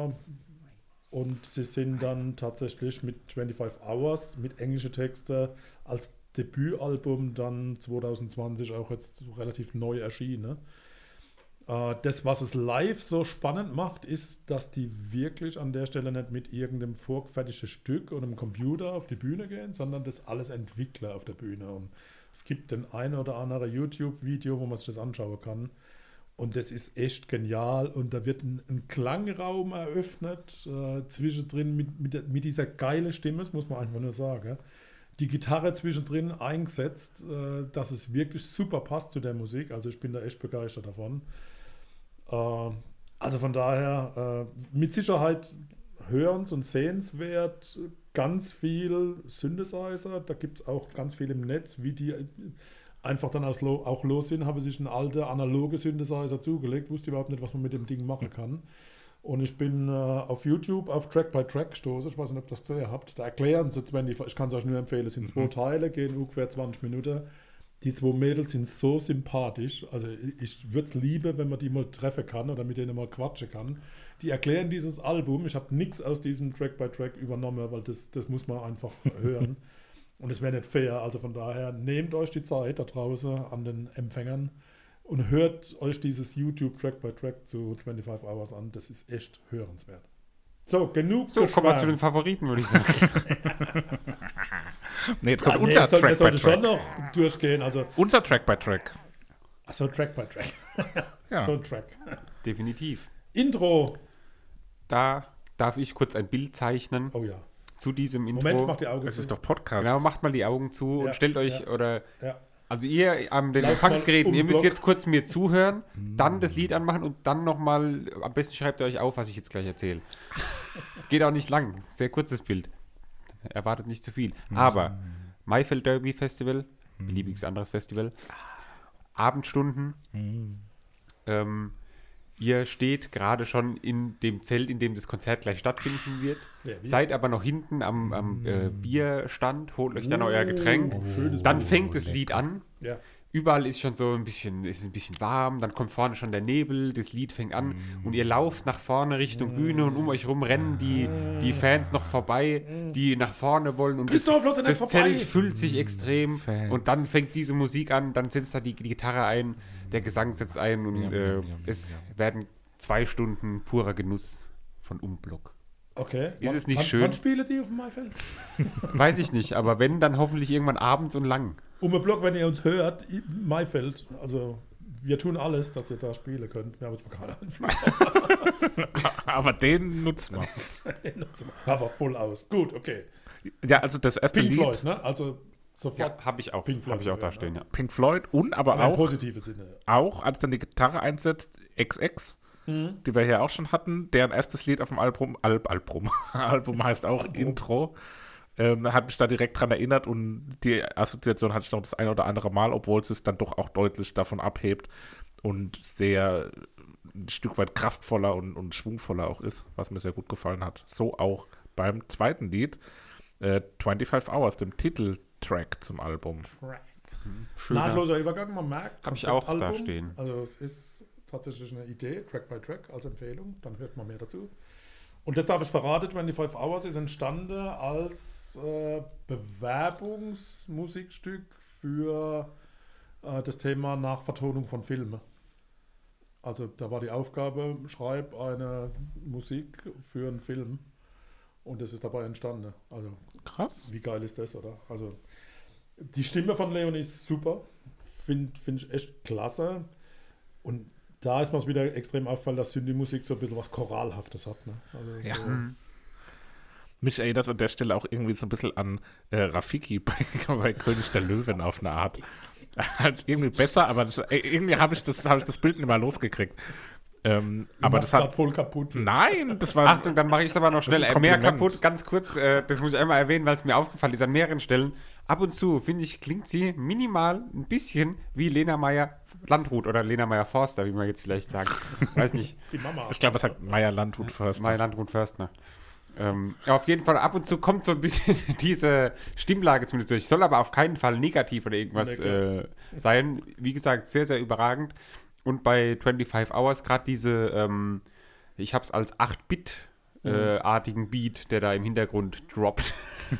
äh, und sie sind dann tatsächlich mit fünfundzwanzig Hours, mit englischen Texten als Debütalbum dann zwanzig zwanzig auch jetzt relativ neu erschienen. Äh, das, was es live so spannend macht, ist, dass die wirklich an der Stelle nicht mit irgendeinem vorgefertigten Stück oder einem Computer auf die Bühne gehen, sondern das alles Entwickler auf der Bühne. Und es gibt den ein oder andere YouTube-Video, wo man sich das anschauen kann. Und das ist echt genial. Und da wird ein, ein Klangraum eröffnet, äh, zwischendrin mit, mit, mit dieser geilen Stimme, das muss man einfach nur sagen. Die Gitarre zwischendrin eingesetzt, äh, dass es wirklich super passt zu der Musik. Also ich bin da echt begeistert davon. Äh, also von daher äh, mit Sicherheit hörens- und sehenswert, ganz viel Synthesizer. Da gibt es auch ganz viel im Netz, wie die einfach dann aus lo- auch los sind, habe sich ein alter analoge Synthesizer zugelegt, wusste überhaupt nicht, was man mit dem Ding machen kann. Und ich bin äh, auf YouTube auf Track by Track gestoßen. Ich weiß nicht, ob ihr das gesehen habt. Da erklären sie zwanzig, ich kann es euch nur empfehlen, es sind zwei mhm. Teile, gehen ungefähr zwanzig Minuten. Die zwei Mädels sind so sympathisch. Also ich, ich würde es lieben, wenn man die mal treffen kann oder mit denen mal quatschen kann. Die erklären dieses Album. Ich habe nichts aus diesem Track by Track übernommen, weil das, das muss man einfach hören. Und es wäre nicht fair. Also von daher, nehmt euch die Zeit da draußen an den Empfängern und hört euch dieses YouTube Track by Track zu fünfundzwanzig Hours an. Das ist echt hörenswert. So, genug So, kommen wir zu den Favoriten, würde ich sagen. nee, jetzt kommt ja, unser nee, Track by sollte Track. schon noch durchgehen. Also, unser Track by Track. Achso, Track by Track. Ja. So ein Track. Definitiv. Intro. Da darf ich kurz ein Bild zeichnen Oh ja. zu diesem Intro. Moment, mach die Augen Es zu. ist doch Podcast. Genau, macht mal die Augen zu Ja, und stellt euch, ja. oder Ja. Also ihr an den Lauf Empfangsgeräten, mal ihr um müsst Block. jetzt kurz mir zuhören, dann das Lied anmachen und dann nochmal, am besten schreibt ihr euch auf, was ich jetzt gleich erzähle. Geht auch nicht lang, sehr kurzes Bild. Erwartet nicht zu viel. Aber Maifeld Derby Festival, beliebiges anderes Festival, Abendstunden, ähm, ihr steht gerade schon in dem Zelt, in dem das Konzert gleich stattfinden wird, Ja, wie? seid aber noch hinten am, am äh, Bierstand, holt euch dann euer Getränk, schönes dann Bier. fängt das Lied an. Ja. Überall ist schon so ein bisschen, ist ein bisschen warm, dann kommt vorne schon der Nebel, das Lied fängt an und ihr lauft nach vorne Richtung Bühne und um euch rum rennen die, die Fans noch vorbei, die nach vorne wollen und das, Christoph, lass ihn nicht das vorbei. Zelt füllt sich extrem Fans. und dann fängt diese Musik an, dann setzt da die, die Gitarre ein, der Gesang setzt ein und Ja, äh, ja, ja, es ja. werden zwei Stunden purer Genuss von Umblock. Okay. Ist Wann- es nicht wann, schön? Wann spielen die auf dem Maifeld? Weiß ich nicht, aber wenn, dann hoffentlich irgendwann abends und lang. Um den Block, wenn ihr uns hört, i- Maifeld. Also, wir tun alles, dass ihr da spielen könnt. Wir haben uns mal keinen Einfluss. Aber den nutzt man. Aber voll aus. Gut, okay. Ja, also das erste Pink Lied, Floyd, ne? Also, sofort. Ja, habe ich auch, Pink Floyd, hab ich auch da ja, stehen, ja. Pink Floyd und aber, Aber im auch, positiven Sinne. auch, als dann die Gitarre einsetzt, X X, die wir hier auch schon hatten, deren erstes Lied auf dem Album, Alb, Album, Album heißt auch Intro, ähm, hat mich da direkt dran erinnert und die Assoziation hatte ich noch das ein oder andere Mal, obwohl es es dann doch auch deutlich davon abhebt und sehr ein Stück weit kraftvoller und, und schwungvoller auch ist, was mir sehr gut gefallen hat. So auch beim zweiten Lied, äh, fünfundzwanzig Hours, dem Titeltrack zum Album. Schöner. Nahtloser Übergang, man merkt. Hab ich auch da Konzeptalbum. stehen. Also es ist tatsächlich eine Idee, Track by Track als Empfehlung, dann hört man mehr dazu. Und das darf ich verraten, fünfundzwanzig Hours ist entstanden als äh, Bewerbungsmusikstück für äh, das Thema Nachvertonung von Filmen. Also da war die Aufgabe, schreib eine Musik für einen Film und das ist dabei entstanden. Also Krass. wie geil ist das, oder? Also die Stimme von Leon ist super, finde find ich echt klasse. Und da ist mir es wieder extrem aufgefallen, dass Synthi-Musik so ein bisschen was Choralhaftes hat. Ne? Also Ja. so, Mich erinnert es an der Stelle auch irgendwie so ein bisschen an äh, Rafiki bei, bei König der Löwen auf eine Art. Halt irgendwie besser, aber das, äh, irgendwie habe ich, das, hab ich das Bild nicht mal losgekriegt. Ähm, aber das grad hat. voll kaputt. jetzt. Nein, das war. Achtung, dann mache ich es aber noch schnell Das ist ein mehr Kompliment. kaputt. Ganz kurz, äh, das muss ich einmal erwähnen, weil es mir aufgefallen ist an mehreren Stellen. Ab und zu, finde ich, klingt sie minimal ein bisschen wie Lena Meyer-Landrut oder Lena Meyer-Forster, wie man jetzt vielleicht sagt. Weiß nicht. Die Mama. Ich glaube, es hat Meier Landhut Förster. Meyer-Landrut-Förstner. Ähm, ja, auf jeden Fall, ab und zu kommt so ein bisschen diese Stimmlage zumindest durch. Soll aber auf keinen Fall negativ oder irgendwas Nee, klar. äh, sein. Wie gesagt, sehr, sehr überragend. Und bei fünfundzwanzig Hours gerade diese, ähm, ich habe es als acht-Bit-artigen Beat, der da im Hintergrund droppt,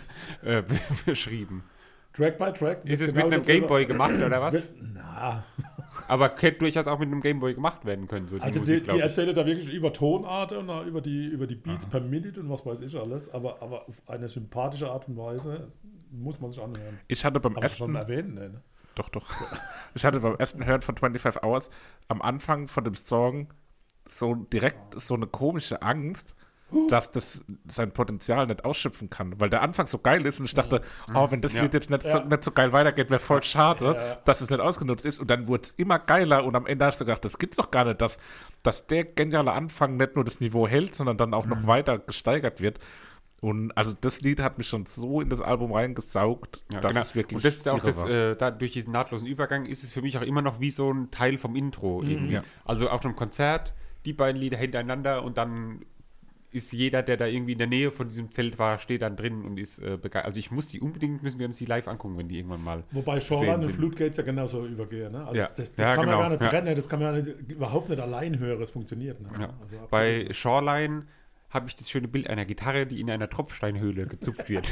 äh, beschrieben. Track by Track. Ist es genau mit einem darüber- Gameboy gemacht oder was? Wird- Na, Aber hätte durchaus auch mit einem Gameboy gemacht werden können, so die also Musik, die, die glaube ich. erzählen da wirklich über Tonarten und auch über die, über die Beats per Minute und was weiß ich alles, aber, aber auf eine sympathische Art und Weise muss man sich anhören. Ich hatte beim Habe ich schon ersten. erwähnt, ne? Doch, doch. Ich hatte beim ersten Hören von fünfundzwanzig Hours am Anfang von dem Song so direkt so eine komische Angst, dass das sein Potenzial nicht ausschöpfen kann. Weil der Anfang so geil ist und ich dachte, oh, wenn das Ja. Lied jetzt nicht, so, Ja. nicht so geil weitergeht, wäre voll schade, Ja. dass es nicht ausgenutzt ist. Und dann wurde es immer geiler und am Ende hast du gedacht, das gibt's doch gar nicht, dass, dass der geniale Anfang nicht nur das Niveau hält, sondern dann auch noch weiter gesteigert wird. Und also das Lied hat mich schon so in das Album reingesaugt, Ja, dass genau. es wirklich Und das ist auch irre das, war. äh, da, durch diesen nahtlosen Übergang ist es für mich auch immer noch wie so ein Teil vom Intro irgendwie. Ja. Also auf einem Konzert, die beiden Lieder hintereinander und dann ist jeder, der da irgendwie in der Nähe von diesem Zelt war, steht dann drin und ist äh, begeistert. Also ich muss die unbedingt, müssen wir uns die live angucken, wenn die irgendwann mal Wobei sehen Shoreline und sind. Floodgates ja genauso übergehen. Ne? Also Ja. das, das Ja, kann genau. man gar nicht Ja. trennen, das kann man ja nicht, überhaupt nicht allein hören, es funktioniert nicht. Ja. Also absolut. Bei Shoreline habe ich das schöne Bild einer Gitarre, die in einer Tropfsteinhöhle gezupft wird.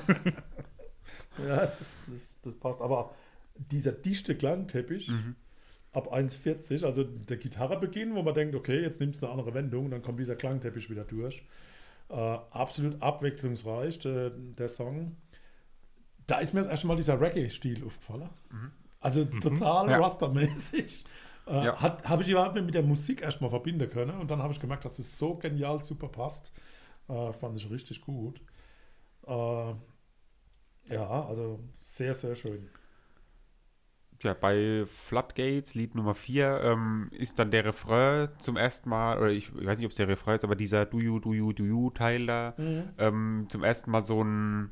Ja, das, das, das passt. Aber dieser dichte Klangteppich Mhm. ab eins vierzig, also der Gitarrebeginn, wo man denkt, okay, jetzt nimmt es eine andere Wendung, dann kommt dieser Klangteppich wieder durch. Äh, absolut abwechslungsreich, der, der Song. Da ist mir das erste Mal dieser Reggae-Stil aufgefallen. Also total Ja. Rasta-mäßig. Äh, Ja. hat- Habe ich überhaupt nicht mit der Musik erstmal verbinden können und dann habe ich gemerkt, dass es so genial super passt. Äh, fand ich richtig gut. Äh, ja, also sehr, sehr schön. ja, bei Floodgates, Lied Nummer vier, ähm, ist dann der Refrain zum ersten Mal, oder ich, ich weiß nicht, ob es der Refrain ist, aber dieser Do You, Do You, Do You Teil da, Mhm. ähm, zum ersten Mal so ein,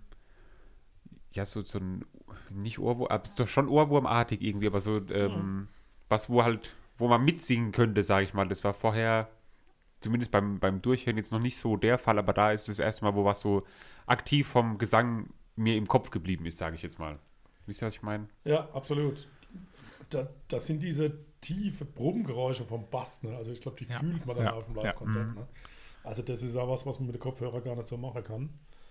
ja, so, so ein, nicht Ohrwurm, aber es ist doch schon Ohrwurmartig irgendwie, aber so, ähm, was, wo halt, wo man mitsingen könnte, sage ich mal. Das war vorher, zumindest beim, beim Durchhören jetzt noch nicht so der Fall, aber da ist das erste Mal, wo was so aktiv vom Gesang mir im Kopf geblieben ist, sage ich jetzt mal. Wisst ihr, was ich meine? Ja, absolut. Da, das sind diese tiefe Brummgeräusche vom Bass, ne? Also ich glaube, die Ja. fühlt man dann Ja. auf dem Ja. Live-Konzert. Ne? Also das ist auch was, was man mit den Kopfhörern gar nicht so machen kann.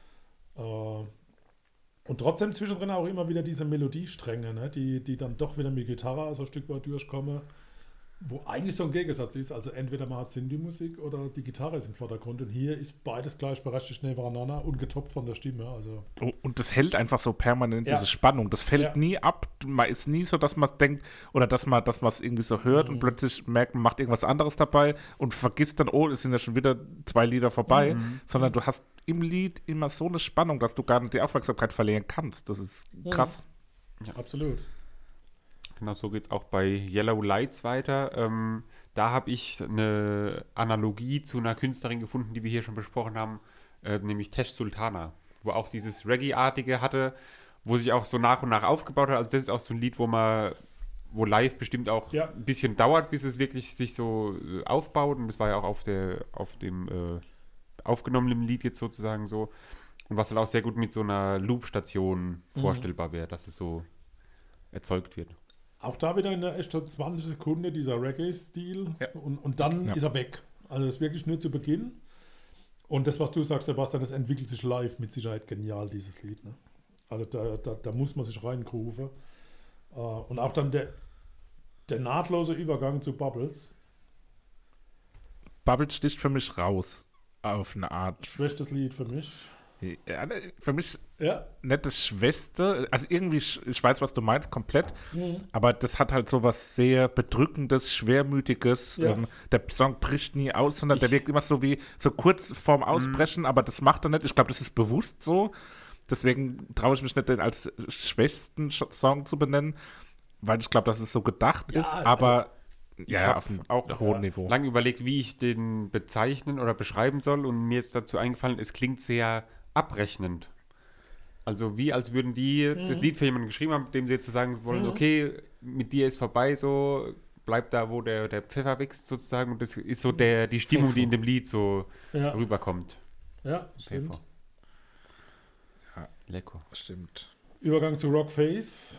Äh, und trotzdem zwischendrin auch immer wieder diese Melodiestränge, ne? die, die dann doch wieder mit Gitarre so ein Stück weit durchkommen, wo eigentlich so ein Gegensatz ist. Also entweder man hat Synthi-Musik oder die Gitarre ist im Vordergrund. Und hier ist beides gleichberechtigt nebeneinander und getoppt von der Stimme. Also Oh, und das hält einfach so permanent, Ja. diese Spannung. Das fällt Ja. nie ab. Man ist nie so, dass man denkt, oder dass man dass man es irgendwie so hört Mhm. und plötzlich merkt, man macht irgendwas anderes dabei und vergisst dann, oh, es sind ja schon wieder zwei Lieder vorbei. Mhm. Sondern du hast im Lied immer so eine Spannung, dass du gar nicht die Aufmerksamkeit verlieren kannst. Das ist krass. absolut. Genau, so geht es auch bei Yellow Lights weiter. Ähm, da habe ich eine Analogie zu einer Künstlerin gefunden, die wir hier schon besprochen haben, äh, nämlich Tesh Sultana, wo auch dieses Reggae-artige hatte, wo sich auch so nach und nach aufgebaut hat. Also das ist auch so ein Lied, wo man, wo live bestimmt auch Ja. ein bisschen dauert, bis es wirklich sich so äh, aufbaut. Und das war ja auch auf der, auf dem äh, aufgenommenen Lied jetzt sozusagen so. Und was halt auch sehr gut mit so einer Loop-Station vorstellbar wäre, dass es so erzeugt wird. Auch da wieder in der echt so zwanzig Sekunden dieser Reggae-Stil Ja. und, und dann Ja. ist er weg. Also das ist wirklich nur zu Beginn. Und das, was du sagst, Sebastian, das entwickelt sich live mit Sicherheit genial, dieses Lied. Ne? Also da, da, da muss man sich reingrufen. Äh, und auch dann der, der nahtlose Übergang zu Bubbles. Bubble sticht für mich raus. Auf eine Art. Schwächstes Lied für mich. Ja, ne, für mich Ja. nicht das Schwächste. Also irgendwie, sch- ich weiß, was du meinst, komplett. Mhm. Aber das hat halt so was sehr Bedrückendes, Schwermütiges. Ja. Ähm, der Song bricht nie aus, sondern der wirkt immer so wie so kurz vorm Ausbrechen, aber das macht er nicht. Ich glaube, das ist bewusst so. Deswegen traue ich mich nicht, den als schwächsten Sch- Song zu benennen, weil ich glaube, dass es so gedacht Ja, ist, also aber Ich ja, hab auf einem auch hohen ja, Niveau. lang überlegt, wie ich den bezeichnen oder beschreiben soll und mir ist dazu eingefallen, es klingt sehr abrechnend. Also wie, als würden die das Lied für jemanden geschrieben haben, mit dem sie jetzt sagen wollen, okay, mit dir ist vorbei, so bleib da, wo der, der Pfeffer wächst sozusagen und das ist so der, die Stimmung, die in dem Lied so Ja, rüberkommt. ja stimmt. Pfeffer. Lecker. Stimmt. Übergang zu Rockface.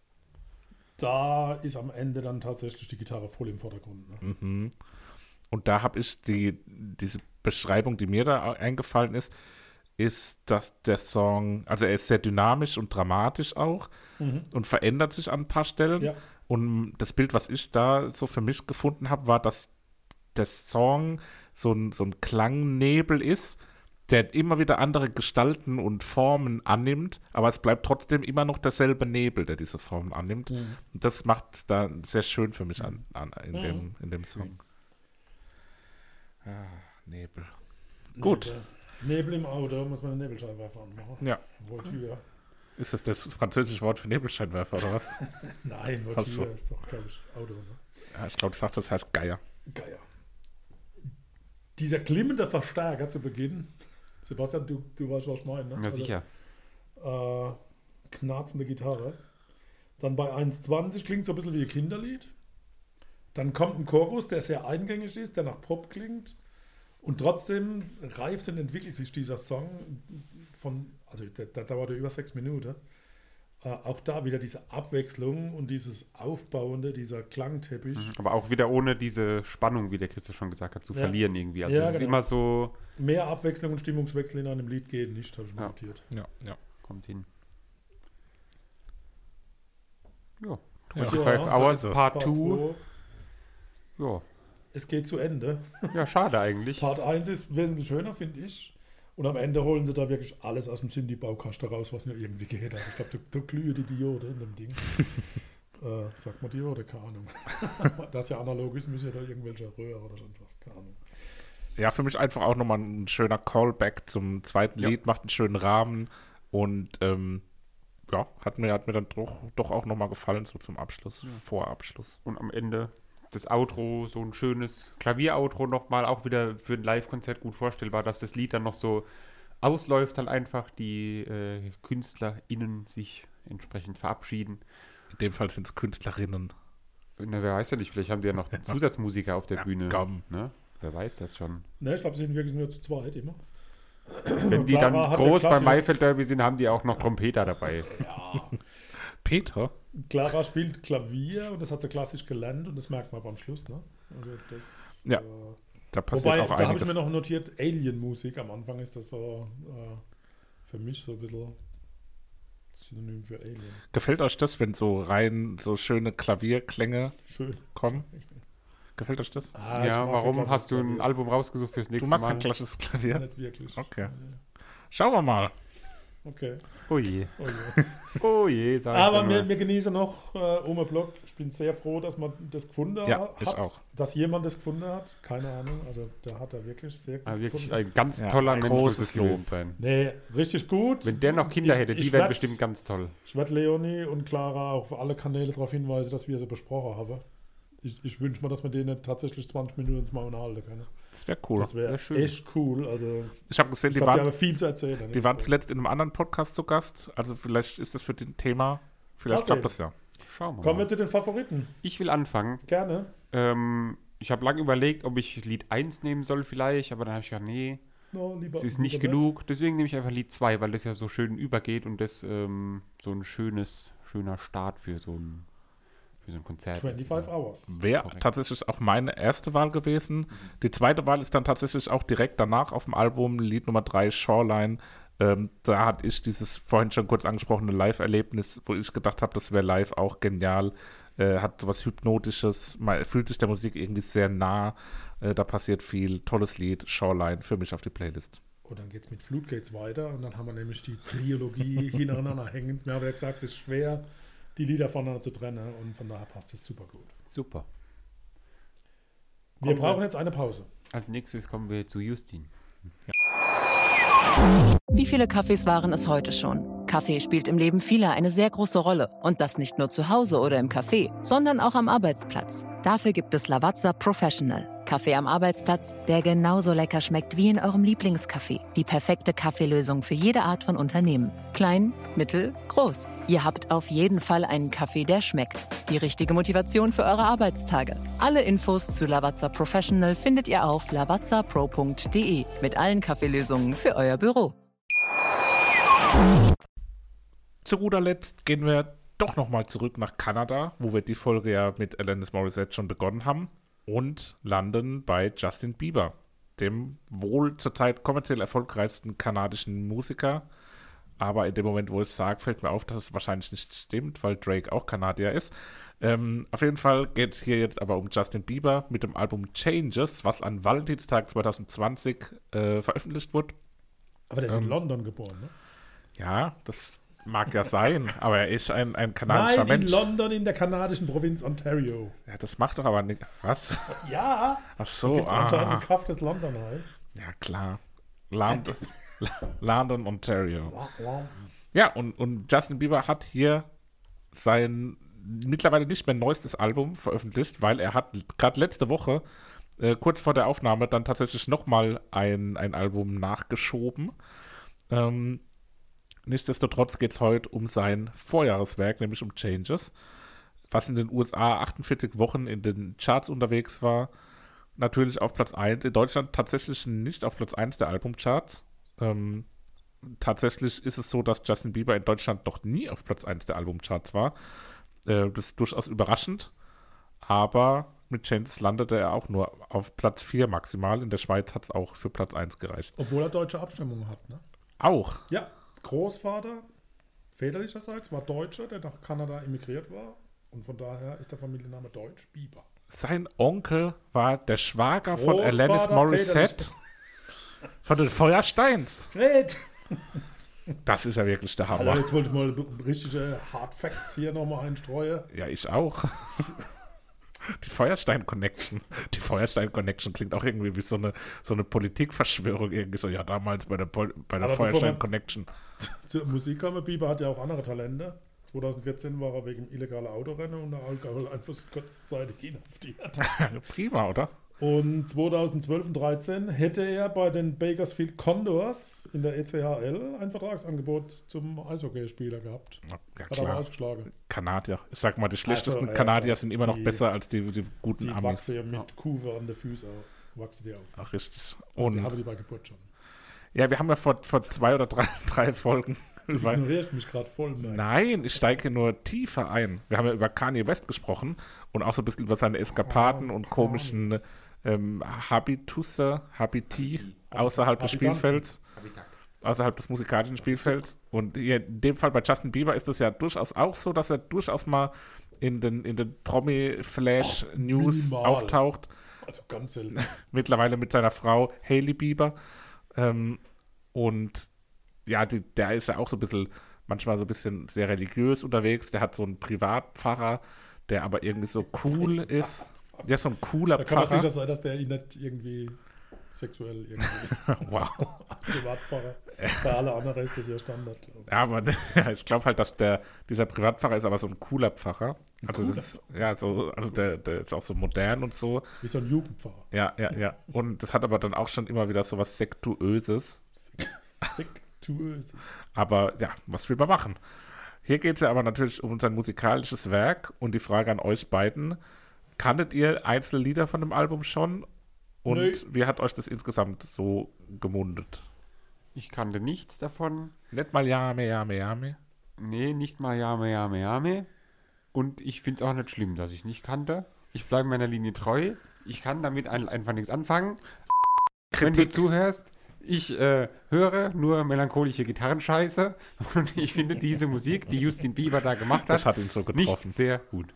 Da ist am Ende dann tatsächlich die Gitarre voll im Vordergrund. Ne? Mhm. Und da habe ich die, diese Beschreibung, die mir da eingefallen ist, ist, dass der Song, also er ist sehr dynamisch und dramatisch auch Mhm. und verändert sich an ein paar Stellen. Ja. Und das Bild, was ich da so für mich gefunden habe, war, dass der Song so ein, so ein Klangnebel ist, der immer wieder andere Gestalten und Formen annimmt, aber es bleibt trotzdem immer noch derselbe Nebel, der diese Formen annimmt. Mhm. Und das macht da sehr schön für mich an, an in, Mhm. dem, in dem Song. Ah, Nebel. Gut. Nebel. Nebel im Auto, muss man einen Nebelscheinwerfer anmachen. Ja. Voiture. Ist das das französische Wort für Nebelscheinwerfer oder was? Nein, Ach Voiture so. ist doch, glaube ich, Auto. Ne? Ja, ich glaube, ich dachte, das heißt Geier. Geier. Dieser klimmende Verstärker zu Beginn. Sebastian, du, du weißt, was ich meine. Ne? Na sicher. Also, äh, knarzende Gitarre. Dann bei eins zwanzig klingt so ein bisschen wie ein Kinderlied. Dann kommt ein Chorus, der sehr eingängig ist, der nach Pop klingt. Und trotzdem reift und entwickelt sich dieser Song von, also der, der dauerte über sechs Minuten. Äh, auch da wieder diese Abwechslung und dieses Aufbauende, dieser Klangteppich. Aber auch wieder ohne diese Spannung, wie der Christoph schon gesagt hat, zu Ja. verlieren irgendwie. Also Ja, es ist genau. immer so, Mehr Abwechslung und Stimmungswechsel in einem Lied geht nicht, habe ich mir Ja. notiert. Ja, ja. kommt hin. Ja. Ja. fünfundzwanzig Ja, Hours, so ist es. Part Part zwei. zwei, Ja. es geht zu Ende. ja, schade eigentlich. Part eins ist wesentlich schöner, finde ich. Und am Ende holen sie da wirklich alles aus dem Synthi-Baukasten raus, was nur irgendwie geht. Also ich glaube, da, da glühen die Diode in dem Ding. äh, sagt man Diode? Keine Ahnung. Das ja analog ist, müssen ja da irgendwelche Röhre oder sonst was. Keine Ahnung. Ja, für mich einfach auch nochmal ein schöner Callback zum zweiten Ja. Lied, macht einen schönen Rahmen und ähm, ja, hat mir, hat mir dann doch, doch auch nochmal gefallen, so zum Abschluss, ja. Vorabschluss. Und am Ende das Outro, so ein schönes Klavier-Outro nochmal, auch wieder für ein Live-Konzert gut vorstellbar, dass das Lied dann noch so ausläuft, dann einfach die äh, KünstlerInnen sich entsprechend verabschieden. In dem Fall sind es Künstlerinnen. Na, wer weiß ja nicht, vielleicht haben die ja noch Zusatzmusiker auf der ja, Bühne. Komm. Ne? Wer weiß das schon. Ne, ich glaube, sie sind wirklich nur zu zweit immer. Wenn die Clara dann hat groß ja beim Maifeld Derby sind, haben die auch noch Trompeter dabei. Ja. Peter? Clara spielt Klavier und das hat sie klassisch gelernt und das merkt man beim Schluss. Ne? Also das, ja, äh, da passiert wobei, auch da einiges. habe ich mir noch notiert, Alien-Musik. Am Anfang ist das so äh, für mich so ein bisschen Synonym für Alien. Gefällt euch das, wenn so rein so schöne Klavierklänge Schön. kommen? Gefällt euch das? Ah, ja, warum hast du ein Klavier. Album rausgesucht fürs nächste Du magst Mal? ein klassisches Klavier? Nicht wirklich. Okay. Schauen wir mal. Okay. Oh je. Oh je. Oh je, sag ich Aber dir wir, nur. wir genießen noch äh, Oma Block. Ich bin sehr froh, dass man das gefunden Ja, hat. ich auch. Dass jemand das gefunden hat. Keine Ahnung. Also der hat da wirklich sehr gut Aber wirklich gefunden. ein ganz Ja, toller ein Mensch muss großes es gewesen Lob. sein. Nee, richtig gut. Wenn der noch Kinder Ich- hätte, ich die wären werd- bestimmt ganz toll. Ich werde Leonie und Clara auch für alle Kanäle darauf hinweisen, dass wir sie besprochen haben. Ich, ich wünsche mir, dass wir denen tatsächlich zwanzig Minuten ins Mal unterhalten können. Das wäre cool. Das wäre Wär schön. echt cool. Also, Ich habe gesehen, ich die glaube, die waren, haben viel zu erzählen. die waren zuletzt in einem anderen Podcast zu Gast. Also vielleicht ist das für den Thema, vielleicht Okay. klappt das ja. Schauen wir Kommen mal. wir zu den Favoriten. Ich will anfangen. Gerne. Ähm, ich habe lange überlegt, ob ich Lied eins nehmen soll vielleicht, aber dann habe ich gedacht, nee, No, lieber, es ist nicht lieber genug. Deswegen nehme ich einfach Lied zwei, weil das ja so schön übergeht und das ähm, so ein schönes, schöner Start für so ein, für so ein Konzert ist. fünfundzwanzig Hours. Wäre Korrekt. tatsächlich auch meine erste Wahl gewesen. Die zweite Wahl ist dann tatsächlich auch direkt danach auf dem Album, Lied Nummer drei, Shoreline. Ähm, da hatte ich dieses vorhin schon kurz angesprochene Live-Erlebnis, wo ich gedacht habe, das wäre live auch genial. Äh, hat was Hypnotisches, man fühlt sich der Musik irgendwie sehr nah. Äh, da passiert viel. Tolles Lied, Shoreline, für mich auf die Playlist. Und dann geht es mit Floodgates weiter und dann haben wir nämlich die Trilogie hintereinander hängend. Wir haben ja gesagt, es ist schwer, die Lieder voneinander zu trennen und von daher passt es super gut. Super. Wir Kommen brauchen wir- jetzt eine Pause. Als nächstes kommen wir zu Justin. Wie viele Kaffees waren es heute schon? Kaffee spielt im Leben vieler eine sehr große Rolle. Und das nicht nur zu Hause oder im Café, sondern auch am Arbeitsplatz. Dafür gibt es Lavazza Professional. Kaffee am Arbeitsplatz, der genauso lecker schmeckt wie in eurem Lieblingscafé. Die perfekte Kaffeelösung für jede Art von Unternehmen. Klein, mittel, groß. Ihr habt auf jeden Fall einen Kaffee, der schmeckt. Die richtige Motivation für eure Arbeitstage. Alle Infos zu Lavazza Professional findet ihr auf lavazza pro punkt de mit allen Kaffeelösungen für euer Büro. Zu guter Letzt gehen wir doch nochmal zurück nach Kanada, wo wir die Folge ja mit Alanis Morissette schon begonnen haben, und landen bei Justin Bieber, dem wohl zurzeit kommerziell erfolgreichsten kanadischen Musiker. Aber in dem Moment, wo ich es sage, fällt mir auf, dass es wahrscheinlich nicht stimmt, weil Drake auch Kanadier ist. Ähm, auf jeden Fall geht es hier jetzt aber um Justin Bieber mit dem Album Changes, was an Valentinstag zwanzig zwanzig äh, veröffentlicht wurde. Aber der ist Ähm. in London geboren, ne? Ja, das mag ja sein, aber er ist ein, ein kanadischer Nein, in Mensch. London in der kanadischen Provinz Ontario. Ja, das macht doch aber nicht. Was? Ja, Ach so, gibt es anscheinend ah. ein Kaff, das London heißt. Ja, klar. London, London, Ontario. Ja, ja. Ja, und, und Justin Bieber hat hier sein mittlerweile nicht mehr neuestes Album veröffentlicht, weil er hat gerade letzte Woche, äh, kurz vor der Aufnahme, dann tatsächlich nochmal ein, ein Album nachgeschoben. Ähm, nichtsdestotrotz geht es heute um sein Vorjahreswerk, nämlich um Changes, was in den U S A achtundvierzig Wochen in den Charts unterwegs war. Natürlich auf Platz eins, in Deutschland tatsächlich nicht auf Platz eins der Albumcharts. Ähm, tatsächlich ist es so, dass Justin Bieber in Deutschland noch nie auf Platz eins der Albumcharts war. Äh, das ist durchaus überraschend, aber mit Changes landete er auch nur auf Platz vier maximal. In der Schweiz hat es auch für Platz eins gereicht. Obwohl er deutsche Abstammung hat, ne? Auch. Ja, Großvater väterlicherseits war Deutscher, der nach Kanada emigriert war. Und von daher ist der Familienname Deutsch, Bieber. Sein Onkel war der Schwager von Großvater Alanis Morissette väterlich- von den Feuersteins. Fred! Das ist ja wirklich der Also Hammer. jetzt wollte ich mal richtige Hard Facts hier nochmal einstreuen. Ja, ich auch. Die Feuerstein-Connection. Die Feuerstein-Connection klingt auch irgendwie wie so eine, so eine Politikverschwörung. Irgendwie so, ja, damals bei der, Pol- bei der Feuerstein-Connection. Zur Musik kommen, Bieber hat ja auch andere Talente. zwanzig vierzehn war er wegen illegaler Autorennen und der Alkoholeinfluss kurzzeitig inhaftiert. Prima, oder? Und zweitausendzwölf und dreizehn hätte er bei den Bakersfield Condors in der E C H L ein Vertragsangebot zum Eishockeyspieler gehabt. Ja, Hat aber ausgeschlagen. Kanadier. Ich sag mal, die schlechtesten Also, ja, Kanadier ja, sind immer noch die- besser als die, die guten Die Amis. wachsen ja mit Kuhwe an den Füßen auf. Wachsen die auf. Ach, richtig. Und die Und haben die bei Geburt schon. ja, wir haben ja vor, vor zwei oder drei, drei Folgen. Du ignorierst mich gerade voll. Mike. Nein, ich steige nur tiefer ein. Wir haben ja über Kanye West gesprochen und auch so ein bisschen über seine Eskapaden Oh, und komischen ähm, Habitusse, Habiti außerhalb des Habitanten. Spielfelds. Außerhalb des musikalischen Spielfelds. Und hier in dem Fall bei Justin Bieber ist es ja durchaus auch so, dass er durchaus mal in den, in den Promi-Flash-News minimal. auftaucht. Also ganz selten. Mittlerweile mit seiner Frau Hailey Bieber. Ähm, und ja, die, der ist ja auch so ein bisschen, manchmal so ein bisschen sehr religiös unterwegs. Der hat so einen Privatpfarrer, der aber irgendwie so cool ist. Der ist so ein cooler Da kann man Pfarrer. sicher sein, dass der ihn nicht irgendwie sexuell irgendwie Wow. Privatpfarrer. Bei alle anderen ist das ja Standard. glaub ich. Ja, aber ich glaube halt, dass der, dieser Privatpfarrer ist aber so ein cooler Pfarrer. Also das ist, ja, so, also der, der ist auch so modern und so. Wie so ein Jugendpfarrer. Ja, ja, ja. Und das hat aber dann auch schon immer wieder so was Sektuöses. Sektuös. Aber ja, was will man machen? Hier geht es ja aber natürlich um sein musikalisches Werk und die Frage an euch beiden. Kanntet ihr einzelne Lieder von dem Album schon? Und Nö. wie hat euch das insgesamt so gemundet? Ich kannte nichts davon. Nicht mal Yame, Yame, Yame. Nee, nicht mal Yame, Yame, Yame. Und ich finde es auch nicht schlimm, dass ich nicht kannte. Ich bleibe meiner Linie treu. Ich kann damit ein, einfach nichts anfangen. Wenn du zuhörst, ich äh, höre nur melancholische Gitarrenscheiße und ich finde diese Musik, die Justin Bieber da gemacht hat, Das hat ihn so getroffen. nicht sehr gut.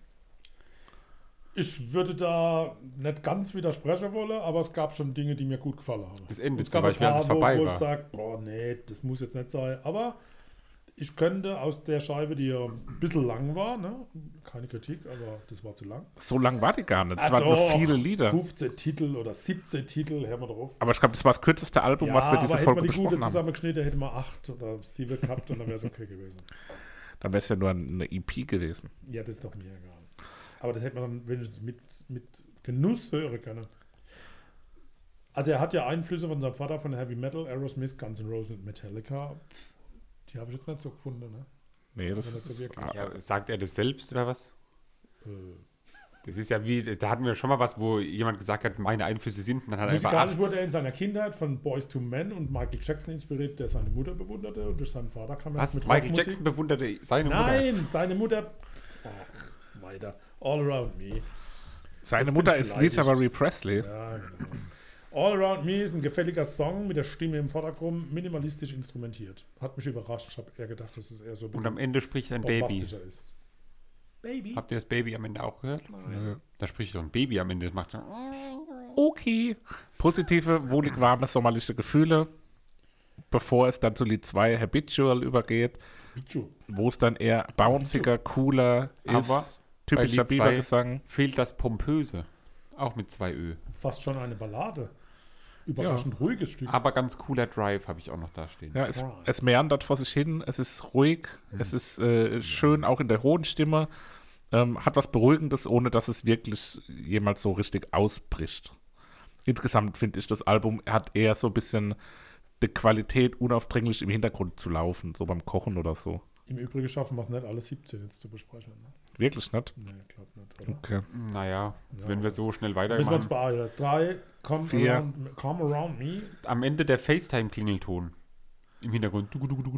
Ich würde da nicht ganz widersprechen wollen, aber es gab schon Dinge, die mir gut gefallen haben. Das Ende es zum gab ein Beispiel, als paar, es vorbei wo, wo war. ich sage, boah, nee, das muss jetzt nicht sein. Aber ich könnte aus der Scheibe, die ja ein bisschen lang war, ne? Keine Kritik, aber das war zu lang. So lang war die gar nicht. Es Ah, waren nur doch, viele Lieder. fünfzehn Titel oder siebzehn Titel, hören wir drauf. Aber ich glaube, das war das kürzeste Album, was wir diese aber Folge hätte man die gute besprochen haben. zusammengeschnitten, hätte man acht oder sieben gehabt und dann wäre es okay gewesen. Dann wäre es ja nur eine E P gewesen. Ja, das ist doch mir egal. Aber das hätte man dann wenigstens mit, mit Genuss hören können. Also er hat ja Einflüsse von seinem Vater von Heavy Metal, Aerosmith, Guns N' Roses und Metallica. Die habe ich jetzt nicht so gefunden, ne? Nee, das Also nicht so ist, wirklich. Ja, sagt er das selbst oder was? Äh, Das ist ja wie, da hatten wir schon mal was, wo jemand gesagt hat, meine Einflüsse sind, und dann hat er einfach Musikalisch acht. wurde er in seiner Kindheit von Boyz two Men und Michael Jackson inspiriert, der seine Mutter bewunderte und durch seinen Vater kam er Was? mit Michael Rockmusik. Jackson bewunderte seine Mutter? Nein, seine Mutter. Ach, weiter. All Around Me. seine Jetzt bin Mutter ich ist Lisa beleidigt. Marie Presley. Ja, genau. All Around Me ist ein gefälliger Song mit der Stimme im Vordergrund, minimalistisch instrumentiert. Hat mich überrascht. Ich habe eher gedacht, dass es eher so ein Und am Ende spricht ein Baby. bombastischer ist. Baby? Habt ihr das Baby am Ende auch gehört? Nö. Da spricht so ein Baby am Ende. Das macht so. Okay. Positive, wohlig warme sommerliche Gefühle, bevor es dann zu Lied zwei Habitual übergeht, Bichu. wo es dann eher bounciger, cooler ist. Aber typischer bei Lied zwei Bieber-Gesang. fehlt das Pompöse. Auch mit zwei Ö. Fast schon eine Ballade. Überraschend ruhiges Stück. Aber ganz cooler Drive habe ich auch noch da stehen. Ja, es, es meandert vor sich hin, es ist ruhig, es ist äh, schön, auch in der hohen Stimme, ähm, hat was Beruhigendes, ohne dass es wirklich jemals so richtig ausbricht. Insgesamt finde ich, das Album hat eher so ein bisschen die Qualität, unaufdringlich im Hintergrund zu laufen, so beim Kochen oder so. Im Übrigen schaffen wir es nicht, alle siebzehn jetzt zu besprechen. Ne? Wirklich nicht? Nee, ich glaube nicht. Oder? Okay. Naja, Ja. wenn wir so schnell Müssen wir uns weitermachen. beeilen. Drei, come Vier. around, come around Me. Am Ende der FaceTime-Klingelton. Im Hintergrund.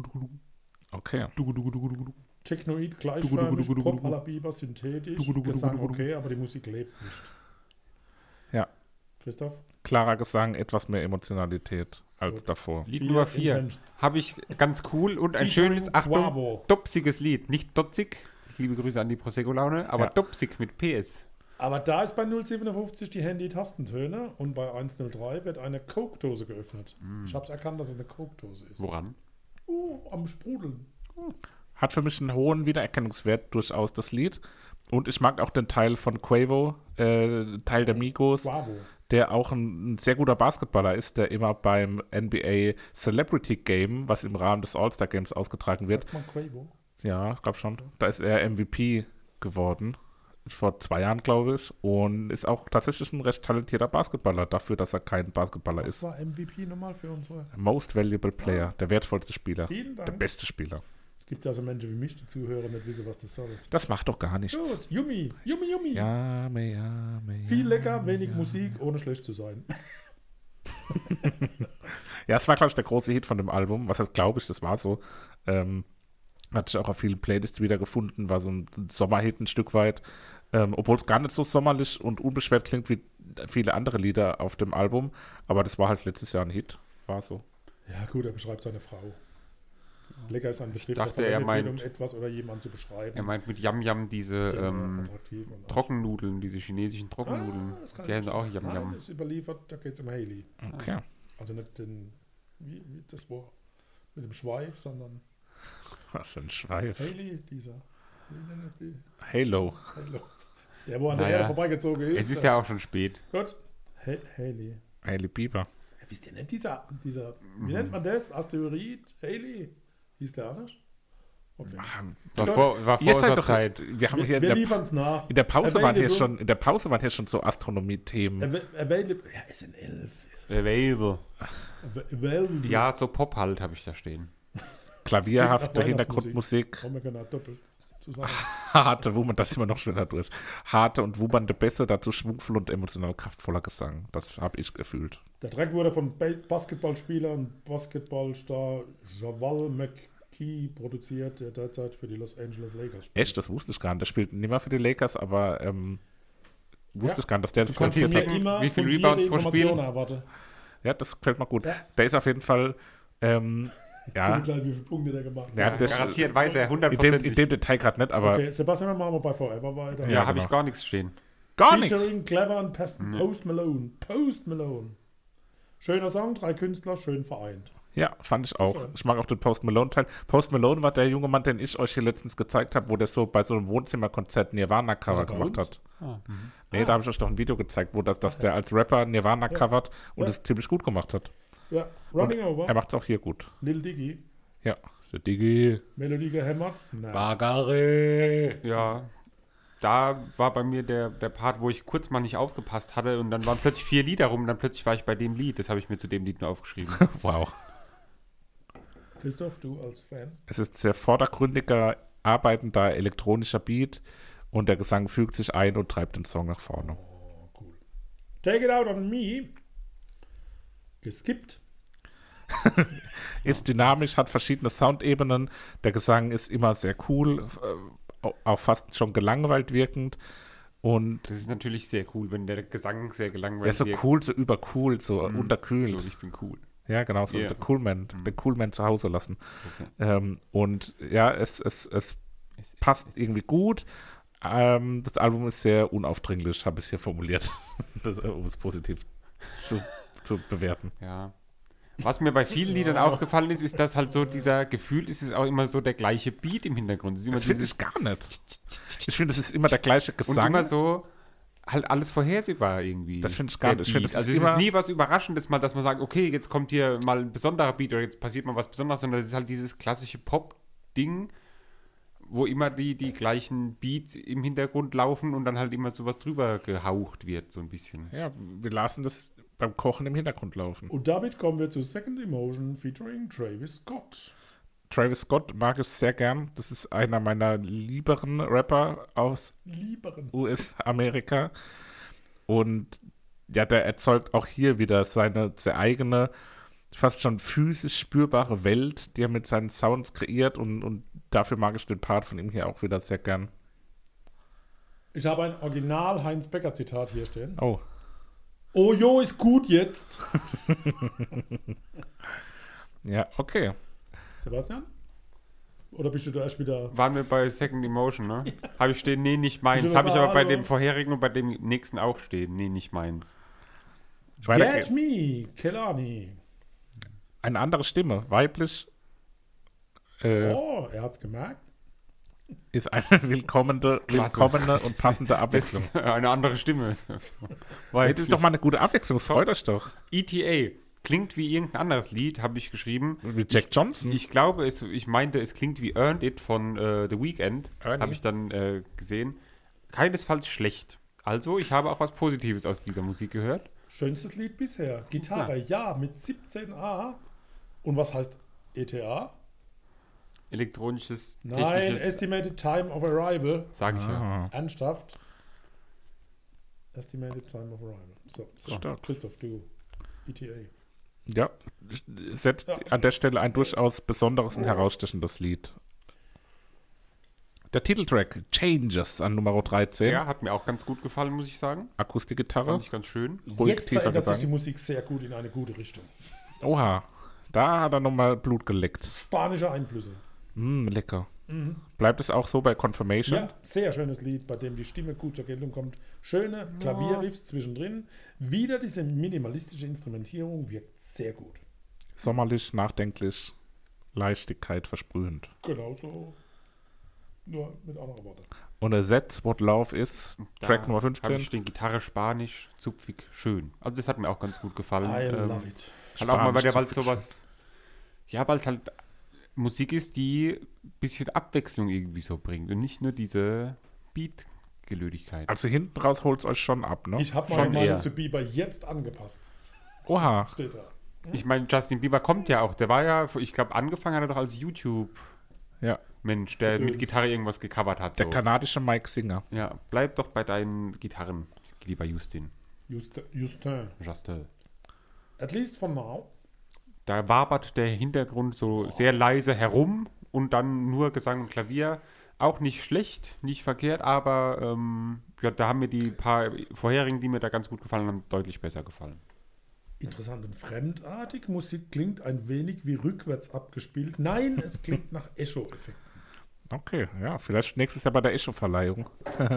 Okay. Technoid, Dugu, dugu, gleichförmig, dugu, Pop dugu. à la Bieber, synthetisch, Dugu, dugu, Gesang dugu, dugu. okay, aber die Musik lebt nicht. Ja. Christoph? Klarer Gesang, etwas mehr Emotionalität als davor. Lied Vier Nummer vier. Intention. Habe ich ganz cool und ein Featuring schönes, Achtung, Quavo. dopsiges Lied. Nicht dotzig. Liebe Grüße an die Prosecco-Laune, aber Ja. dopsig mit P S. Aber da ist bei null siebenundfünfzig die Handy-Tastentöne und bei eins null drei wird eine Coke-Dose geöffnet. Ich habe es erkannt, dass es eine Coke-Dose ist. Woran? Uh, am Sprudeln. Hat für mich einen hohen Wiedererkennungswert durchaus das Lied. Und ich mag auch den Teil von Quavo, äh, Teil der Migos, Quavo. der auch ein, ein sehr guter Basketballer ist, der immer beim N B A Celebrity Game, was im Rahmen des All-Star Games ausgetragen wird. Sagt man Quavo? Ja, ich glaube schon. Da ist er M V P geworden. Vor zwei Jahren, glaube ich. Und ist auch tatsächlich ein recht talentierter Basketballer, dafür, dass er kein Basketballer Was ist. war M V P nochmal für unsere? Most Valuable Player, der wertvollste Spieler. Vielen Dank. Der beste Spieler. Es gibt ja so Menschen wie mich, die Zuhörer nicht wissen, was das soll. Das macht doch gar nichts. Gut, Yummy, Yummy, Yummy. Ja, me, ja, me, Viel ja, lecker, me, wenig ja. Musik, ohne schlecht zu sein. Ja, es war, glaube ich, der große Hit von dem Album. Was heißt, glaube ich, das war so. Ähm, hatte ich auch auf vielen Playlists wiedergefunden. War so ein Sommerhit ein Stück weit. Ähm, obwohl es gar nicht so sommerlich und unbeschwert klingt wie viele andere Lieder auf dem Album. Aber das war halt letztes Jahr ein Hit. War so. Ja gut, er beschreibt seine Frau. Lecker ist ein Begriff, dachte, der er verwendet wird, meint- um etwas oder jemanden zu beschreiben. Er meint mit Yam Yam diese der ähm, attraktiv und Trockennudeln, diese chinesischen Trockennudeln. Ah, das kann die ich heißen auch nicht. Yam Nein, Yam. ist überliefert, da geht es um Haley. Okay. Also nicht den, wie, wie das war, mit dem Schweif, sondern Was für ein Schweif. Haley, dieser, wie nennt die? Halo. Halo. Der, wo an der Naja. Erde vorbeigezogen ist. Es ist ja auch schon spät. Gut. Ha- Haley. Hailey Bieber. Ja, wisst ihr nicht, dieser, dieser wie nennt man das? Asteroid? Haley? Hieß der anders? Okay. War Gut. vor, war vor Ihr seid unserer doch, Zeit. wir haben Wir, hier wir in der, liefern es nach. in der Pause waren hier Available- schon, in der Pause waren hier schon so Astronomie-Themen. Ava- Available. Ja, es sind elf. Available. Ava- Available. Ja, so Pop halt habe ich da stehen. Klavierhafte Klingt nach Hintergrundmusik. Kommen wir genau doppelt zusammen. Harte, wo man das immer noch schneller durch. Harte und wummernde Bässe, dazu schwungvoll und emotional kraftvoller Gesang. Das habe ich gefühlt. Der Track wurde von Ba- Basketballspieler und Basketballstar Javal McKee produziert, der derzeit für die Los Angeles Lakers spielt. Echt, das wusste ich gar nicht. Der spielt nicht mehr für die Lakers, aber ähm, wusste Ja. ich gar nicht, dass der Du das kannst von produziert mir hat. immer Wie viel fundierte Rebounds pro Spiel? Informationen erwarten. Ja, das gefällt mir gut. Ja. Der ist auf jeden Fall, ähm, Jetzt ja, ja. Gleich, wie viele Punkte der gemacht hat. Ja, das- Garantiert weiß er in dem, hundertprozentig. in dem Detail gerade nicht, aber Okay, Sebastian, dann machen wir bei Forever weiter. Ja, Ja, habe genau. ich gar nichts stehen. gar nichts. Featuring Clever und Post, Post Malone. Post Malone. Schöner Song, drei Künstler, schön vereint. Ja, fand ich auch. Okay. Ich mag auch den Post Malone-Teil. Post Malone war der junge Mann, den ich euch hier letztens gezeigt habe, wo der so bei so einem Wohnzimmerkonzert Nirvana-Cover War der bei gemacht uns? hat. Ah, Nee, da habe ich euch doch ein Video gezeigt, wo das, dass der als Rapper Nirvana covert und Ja. es ziemlich gut gemacht hat. Ja, Running Er Over, macht es auch hier gut. Lil Dicky, Ja, der Diggi. Melodie gehämmert. Nein. Bagare. Ja, da war bei mir der, der Part, wo ich kurz mal nicht aufgepasst hatte und dann waren plötzlich vier Lieder rum und dann plötzlich war ich bei dem Lied. Das habe ich mir zu dem Lied nur aufgeschrieben. Wow. Christoph, du als Fan. Es ist sehr vordergründiger, arbeitender elektronischer Beat und der Gesang fügt sich ein und treibt den Song nach vorne. Take It Out on Me. Geskippt. Ist dynamisch, hat verschiedene Soundebenen. Der Gesang ist immer sehr cool, äh, auch fast schon gelangweilt wirkend. Und Das ist natürlich sehr cool, wenn der Gesang sehr er gelangweilt ist so wirkt. cool, so übercool, so unterkühlt. So, ich bin cool. Ja, genau, so Ja. der Cool Man, den Cool Man zu Hause lassen. Ähm, und ja, es, es, es Es- passt es- irgendwie gut. Ähm, das Album ist sehr unaufdringlich, habe ich es hier formuliert, das, äh, um es positiv zu, zu bewerten. Ja. Was mir bei vielen Liedern aufgefallen ist, ist, dass halt so dieser Gefühl ist, es ist auch immer so der gleiche Beat im Hintergrund. Es ist immer Das finde dieses- ich gar nicht. Ich finde, es ist immer der gleiche und Gesang. immer so halt alles vorhersehbar irgendwie. Das finde ich gar der nicht. Ich finde, Beat. das ist also es immer- ist nie was Überraschendes, mal, dass man sagt, okay, jetzt kommt hier mal ein besonderer Beat oder jetzt passiert mal was Besonderes, sondern es ist halt dieses klassische Pop-Ding, wo immer die, die gleichen Beats im Hintergrund laufen und dann halt immer sowas drüber gehaucht wird, so ein bisschen. Ja, wir lassen das beim Kochen im Hintergrund laufen. Und damit kommen wir zu Second Emotion featuring Travis Scott. Travis Scott mag ich sehr gern. Das ist einer meiner lieberen Rapper aus Lieberen. U S-Amerika. Und ja, der erzeugt auch hier wieder seine, seine eigene, fast schon physisch spürbare Welt, die er mit seinen Sounds kreiert. Und, und dafür mag ich den Part von ihm hier auch wieder sehr gern. Ich habe ein Original Heinz Becker Zitat hier stehen. Oh, Oh jo, ist gut jetzt. ja, okay. Sebastian? Oder bist du da erst wieder... Waren wir bei Second Emotion, ne? Habe ich stehen, nee, nicht meins. Bist du Habe ich da, aber bei hallo? dem vorherigen und bei dem nächsten auch stehen. Nee, nicht meins. Weiter Get geht's. Me, Kelani. Eine andere Stimme, weiblich. Äh, Oh, er hat's gemerkt. ist eine willkommene, willkommene und passende Abwechslung. Eine andere Stimme. Hey, das ist doch mal eine gute Abwechslung, freut euch doch. E T A klingt wie irgendein anderes Lied, habe ich geschrieben. Wie Jack Johnson? Ich, ich glaube, es, ich meinte, es klingt wie Earned It von äh, The Weeknd. Habe ich dann äh, gesehen. Keinesfalls schlecht. Also, ich habe auch was Positives aus dieser Musik gehört. Schönstes Lied bisher. Gitarre, ja, mit siebzehn A. Und was heißt E T A? Elektronisches, Nein, technisches... Estimated Time of Arrival. Sag ich ja. Ernsthaft? Estimated Time of Arrival. So, so. Stark. Christoph, du. E T A. Ja, setzt Ja. an der Stelle ein durchaus besonderes und herausstechendes Lied. Der Titeltrack Changes an Nummer dreizehn. Ja, hat mir auch ganz gut gefallen, muss ich sagen. Akustikgitarre. Fand ich ganz schön. Ruhig Jetzt tiefer verändert sich Gesang. die Musik sehr gut in eine gute Richtung. Oha, da hat er nochmal Blut geleckt. Spanische Einflüsse. Mm, lecker. Bleibt es auch so bei Confirmation? Ja, sehr schönes Lied, bei dem die Stimme gut zur Geltung kommt. Schöne Klavierriffs zwischendrin. Wieder diese minimalistische Instrumentierung wirkt sehr gut. Sommerlich, nachdenklich, Leichtigkeit versprühend. Genau so. Nur mit anderen Worten. Und er That's What Love Is, Track Nummer Habe fünfzehn. ich den Gitarre Spanisch, zupfig, schön. Also das hat mir auch ganz gut gefallen. I Ähm, love it. Halt auch mal, weil der Spanisch, weil sowas, ja, weil es halt Musik ist, die ein bisschen Abwechslung irgendwie so bringt und nicht nur diese Beat-Gelödigkeit. Also hinten raus holt es euch schon ab, ne? Ich habe Schon meine Meinung eher. zu Bieber jetzt angepasst. Oha, Steht da. Ich meine, Justin Bieber kommt ja auch, der war ja, ich glaube, angefangen hat er doch als YouTube-Mensch, ja. der mit Gedöns. Gitarre irgendwas gecovert hat. Der So. kanadische Mike Singer. Ja, bleib doch bei deinen Gitarren, lieber Justin. Just, Justin. Justin. At least for now. Da wabert der Hintergrund so sehr leise herum und dann nur Gesang und Klavier. Auch nicht schlecht, nicht verkehrt, aber ähm, ja, da haben mir die paar vorherigen, die mir da ganz gut gefallen haben, deutlich besser gefallen. Interessant und fremdartig. Musik klingt ein wenig wie rückwärts abgespielt. Nein, es klingt nach Echo-Effekten. Okay, ja, vielleicht nächstes Jahr bei der Echo-Verleihung.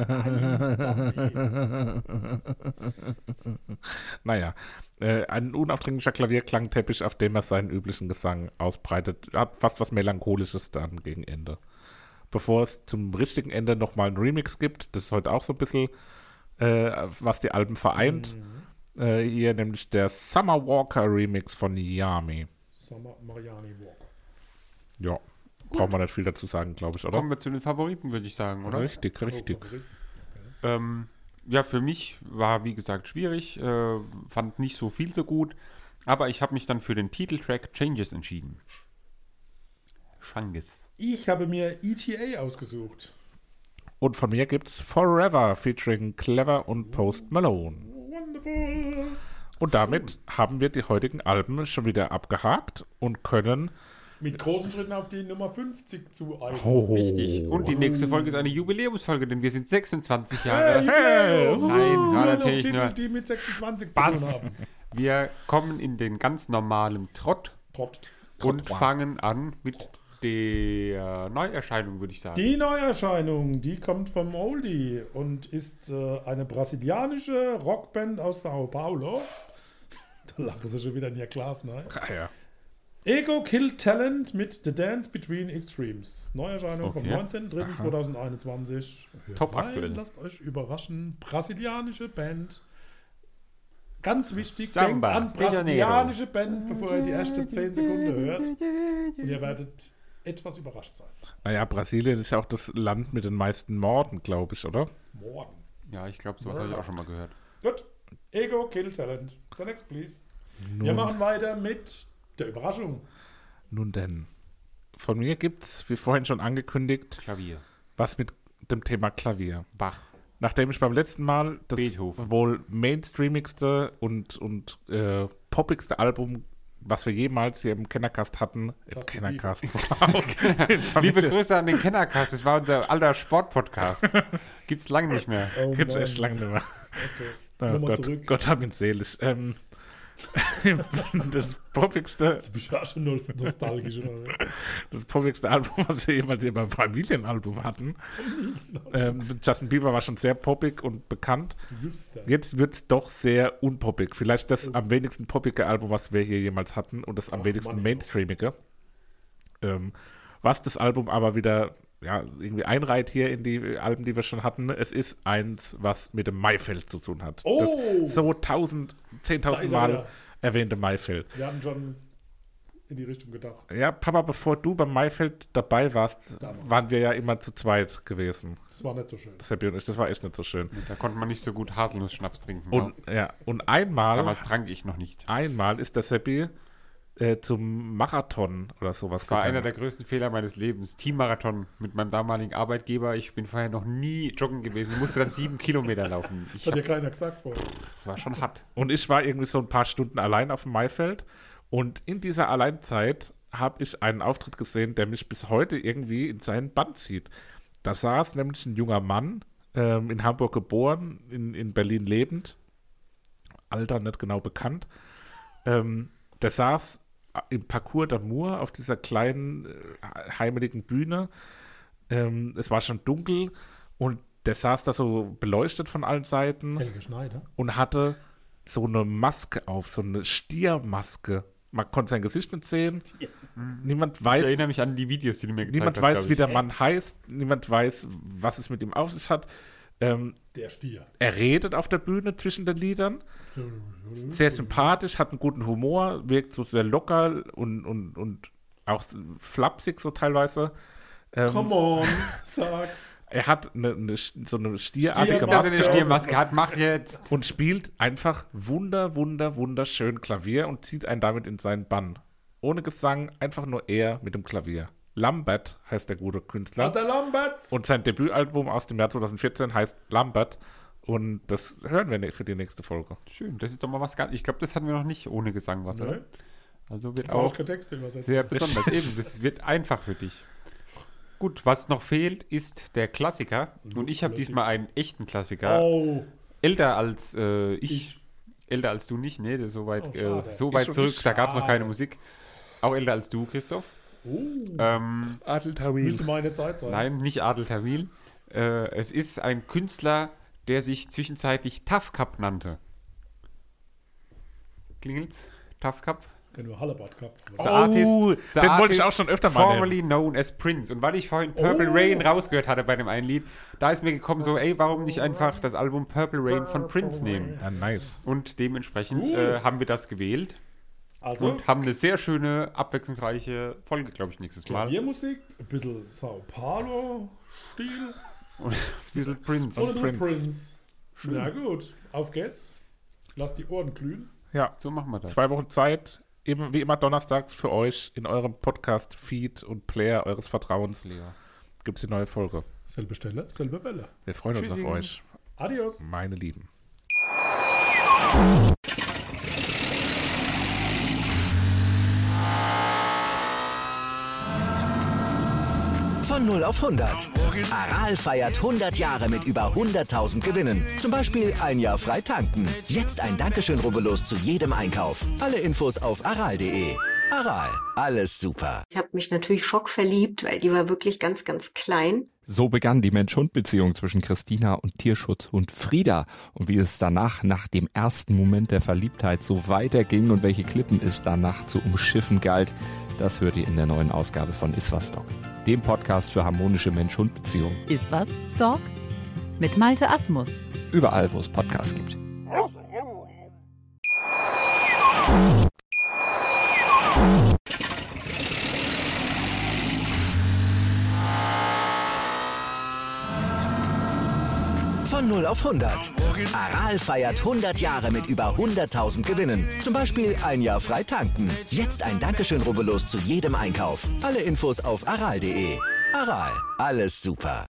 Naja, äh, ein unaufdringlicher Klavierklangteppich, auf dem er seinen üblichen Gesang ausbreitet. Hat fast was Melancholisches dann gegen Ende. Bevor es zum richtigen Ende nochmal einen Remix gibt, das ist heute auch so ein bisschen, äh, was die Alben vereint. Mhm. Äh, hier nämlich der Summer Walker Remix von Yami. Summer Mariani Walker. Ja, braucht man nicht viel dazu sagen, glaube ich, oder? Kommen wir zu den Favoriten, würde ich sagen, oder? Richtig, richtig. Ähm, ja, für mich war, wie gesagt, schwierig, äh, fand nicht so viel so gut, aber ich habe mich dann für den Titeltrack Changes entschieden. Changes. Ich habe mir E T A ausgesucht. Und von mir gibt's Forever featuring Clever und Post Malone. Wonderful. Und damit haben wir die heutigen Alben schon wieder abgehakt und können Mit großen Schritten auf die Nummer fünfzig zu eilen. Oh. Richtig. Und die nächste Folge ist eine Jubiläumsfolge, denn wir sind sechsundzwanzig Jahre. Hey, Nein, ja, nur natürlich noch Titel, nur. die mit sechsundzwanzig Was? zu tun haben. Wir kommen in den ganz normalen Trott Trott. und fangen an mit der Neuerscheinung, würde ich sagen. Die Neuerscheinung, die kommt vom Oldie und ist äh, eine brasilianische Rockband aus Sao Paulo. Da lachen sie schon wieder in ihr Glas, ne? ah, ja. Ego Kill Talent mit The Dance Between Extremes. Neuerscheinung vom Okay. neunzehnten dritten zweitausendeinundzwanzig. Hört Top rein, aktuell. Lasst euch überraschen. Brasilianische Band. Ganz wichtig, Samba denkt an de Janeiro. brasilianische Band, bevor ihr die ersten zehn Sekunden hört. Und ihr werdet etwas überrascht sein. Naja, Brasilien ist ja auch das Land mit den meisten Morden, glaube ich, oder? Morgen. Ja, ich glaube, sowas habe ich auch schon mal gehört. Gut. Ego Kill Talent. The next, please. Wir machen weiter mit der Überraschung. Nun denn. Von mir gibt's, wie vorhin schon angekündigt, Klavier. was mit dem Thema Klavier. Bach. Nachdem ich beim letzten Mal das Beethoven. wohl mainstreamigste und, und äh, poppigste Album, was wir jemals hier im Kennercast hatten, im Justin Kennercast, Liebe Grüße an den Kennercast, das war unser alter Sportpodcast. Gibt's lange nicht mehr. Oh gibt's Mann. echt lange nicht mehr. Okay. Oh Nochmal Gott, zurück. Gott hab ihn selig. Ähm, das poppigste, Du bist ja schon nostalgisch, oder? das poppigste Album, was wir jemals hier beim Familienalbum hatten. ähm, Justin Bieber war schon sehr poppig und bekannt. Just das. Jetzt wird es doch sehr unpoppig. Vielleicht das am wenigsten poppige Album, was wir hier jemals hatten und das am Ach, wenigsten Mann, mainstreamige. Ähm, was das Album aber wieder ja, irgendwie einreiht hier in die Alben, die wir schon hatten. Es ist eins, was mit dem Maifeld zu tun hat. Oh! Das so tausend, zehntausend Mal wieder. erwähnte Maifeld. Wir hatten schon in die Richtung gedacht. Ja, Papa, bevor du beim Maifeld dabei warst, Damals. waren wir ja immer zu zweit gewesen. Das war nicht so schön. Seppi und ich, das war echt nicht so schön. Da konnte man nicht so gut Haselnuss-Schnaps trinken. Und, ja. ja, und einmal, Damals trank ich noch nicht. einmal ist der Seppi äh, zum Marathon oder sowas Das war gegangen. einer der größten Fehler meines Lebens. Teammarathon mit meinem damaligen Arbeitgeber. Ich bin vorher noch nie joggen gewesen. Ich musste dann sieben Kilometer laufen. Ich Das hat hab, dir keiner gesagt vorher. war schon hart. Und ich war irgendwie so ein paar Stunden allein auf dem Maifeld. Und in dieser Alleinzeit habe ich einen Auftritt gesehen, der mich bis heute irgendwie in seinen Bann zieht. Da saß nämlich ein junger Mann, ähm, in Hamburg geboren, in, in Berlin lebend, Alter nicht genau bekannt. Ähm, der saß im Parcours d'Amour auf dieser kleinen, äh, heimeligen Bühne. Ähm, es war schon dunkel und der saß da so beleuchtet von allen Seiten Helge Schneider. und hatte so eine Maske auf, so eine Stiermaske. Man konnte sein Gesicht nicht sehen. Niemand Ich weiß, erinnere mich an die Videos, die du mir gezeigt niemand hast. weiß, glaub wie ich. der Mann heißt. Niemand weiß, was es mit ihm auf sich hat. Ähm, Der Stier. er redet auf der Bühne zwischen den Liedern. Sehr sympathisch, hat einen guten Humor, wirkt so sehr locker und, und, und auch flapsig so teilweise. Ähm, Come on, sag's. er hat eine, eine, so eine stierartige Stier- Dass er Maske eine Stiermaske hat, mach jetzt. und spielt einfach wunder, wunder, wunderschön Klavier und zieht einen damit in seinen Bann. Ohne Gesang, einfach nur er mit dem Klavier. Lambert heißt der gute Künstler. Der Lamberts. Und sein Debütalbum aus dem Jahr zweitausendvierzehn heißt Lambert. Und das hören wir ne- für die nächste Folge. Schön, das ist doch mal was ganz. Ich glaube, das hatten wir noch nicht ohne Gesang was, oder? Ne? Also wird Brauchst auch keine Texte übersetzt. sehr besonders. Eben, das wird einfach für dich. Gut, was noch fehlt, ist der Klassiker. Und ich habe diesmal einen echten Klassiker. Oh, Älter als äh, ich. Ich. Älter als du nicht, nee, das ist so weit, Oh, schade. äh, so Ist weit schon zurück, da gab es noch keine schade. Musik. Auch älter als du, Christoph. oh. Ähm, Adel Müsste meine Zeit sein. nein, nicht Adel Tawil. Äh, es ist ein Künstler, der sich zwischenzeitlich Tough Cup nannte. Klingelt's? Tough Cup? Ich kenn nur Hallerbad gehabt. The Oh, Artist, the den wollte ich Artist auch schon öfter mal formerly known as Prince. Und weil ich vorhin Purple Oh. Rain rausgehört hatte bei dem einen Lied, da ist mir gekommen so, ey, warum nicht einfach das Album Purple Rain von Prince nehmen? Ja, nice. Und dementsprechend Uh. äh, haben wir das gewählt Also, und haben eine sehr schöne, abwechslungsreiche Folge, glaube ich, nächstes Mal. Klaviermusik, ein bisschen Sao Paulo-Stil Und ein bisschen Prince. und ein bisschen Prince. Prince. Na gut, auf geht's. Lass die Ohren glühen. Ja, So machen wir das. zwei Wochen Zeit. Eben, wie immer donnerstags für euch in eurem Podcast-Feed und Player eures Vertrauens gibt es die neue Folge. Selbe Stelle, selbe Welle. Wir freuen uns Tschüssi. auf euch, Adios. meine Lieben. Von null auf hundert. Aral feiert hundert Jahre mit über hunderttausend Gewinnen. Zum Beispiel ein Jahr frei tanken. Jetzt ein Dankeschön, rubbellos zu jedem Einkauf. Alle Infos auf aral punkt de. Aral, alles super. Ich habe mich natürlich schockverliebt, weil die war wirklich ganz, ganz klein. So begann die Mensch-Hund-Beziehung zwischen Christina und Tierschutzhund Frieda. Und wie es danach, nach dem ersten Moment der Verliebtheit, so weiterging und welche Klippen es danach zu umschiffen galt, das hört ihr in der neuen Ausgabe von Iswas Dog, dem Podcast für harmonische Mensch-Hund-Beziehungen. Ist was, Dog? Mit Malte Asmus. Überall, wo es Podcasts gibt. Von null auf hundert. Aral feiert hundert Jahre mit über hunderttausend Gewinnen. Zum Beispiel ein Jahr frei tanken. Jetzt ein Dankeschön, rubbellos zu jedem Einkauf. Alle Infos auf aral punkt de. Aral, alles super.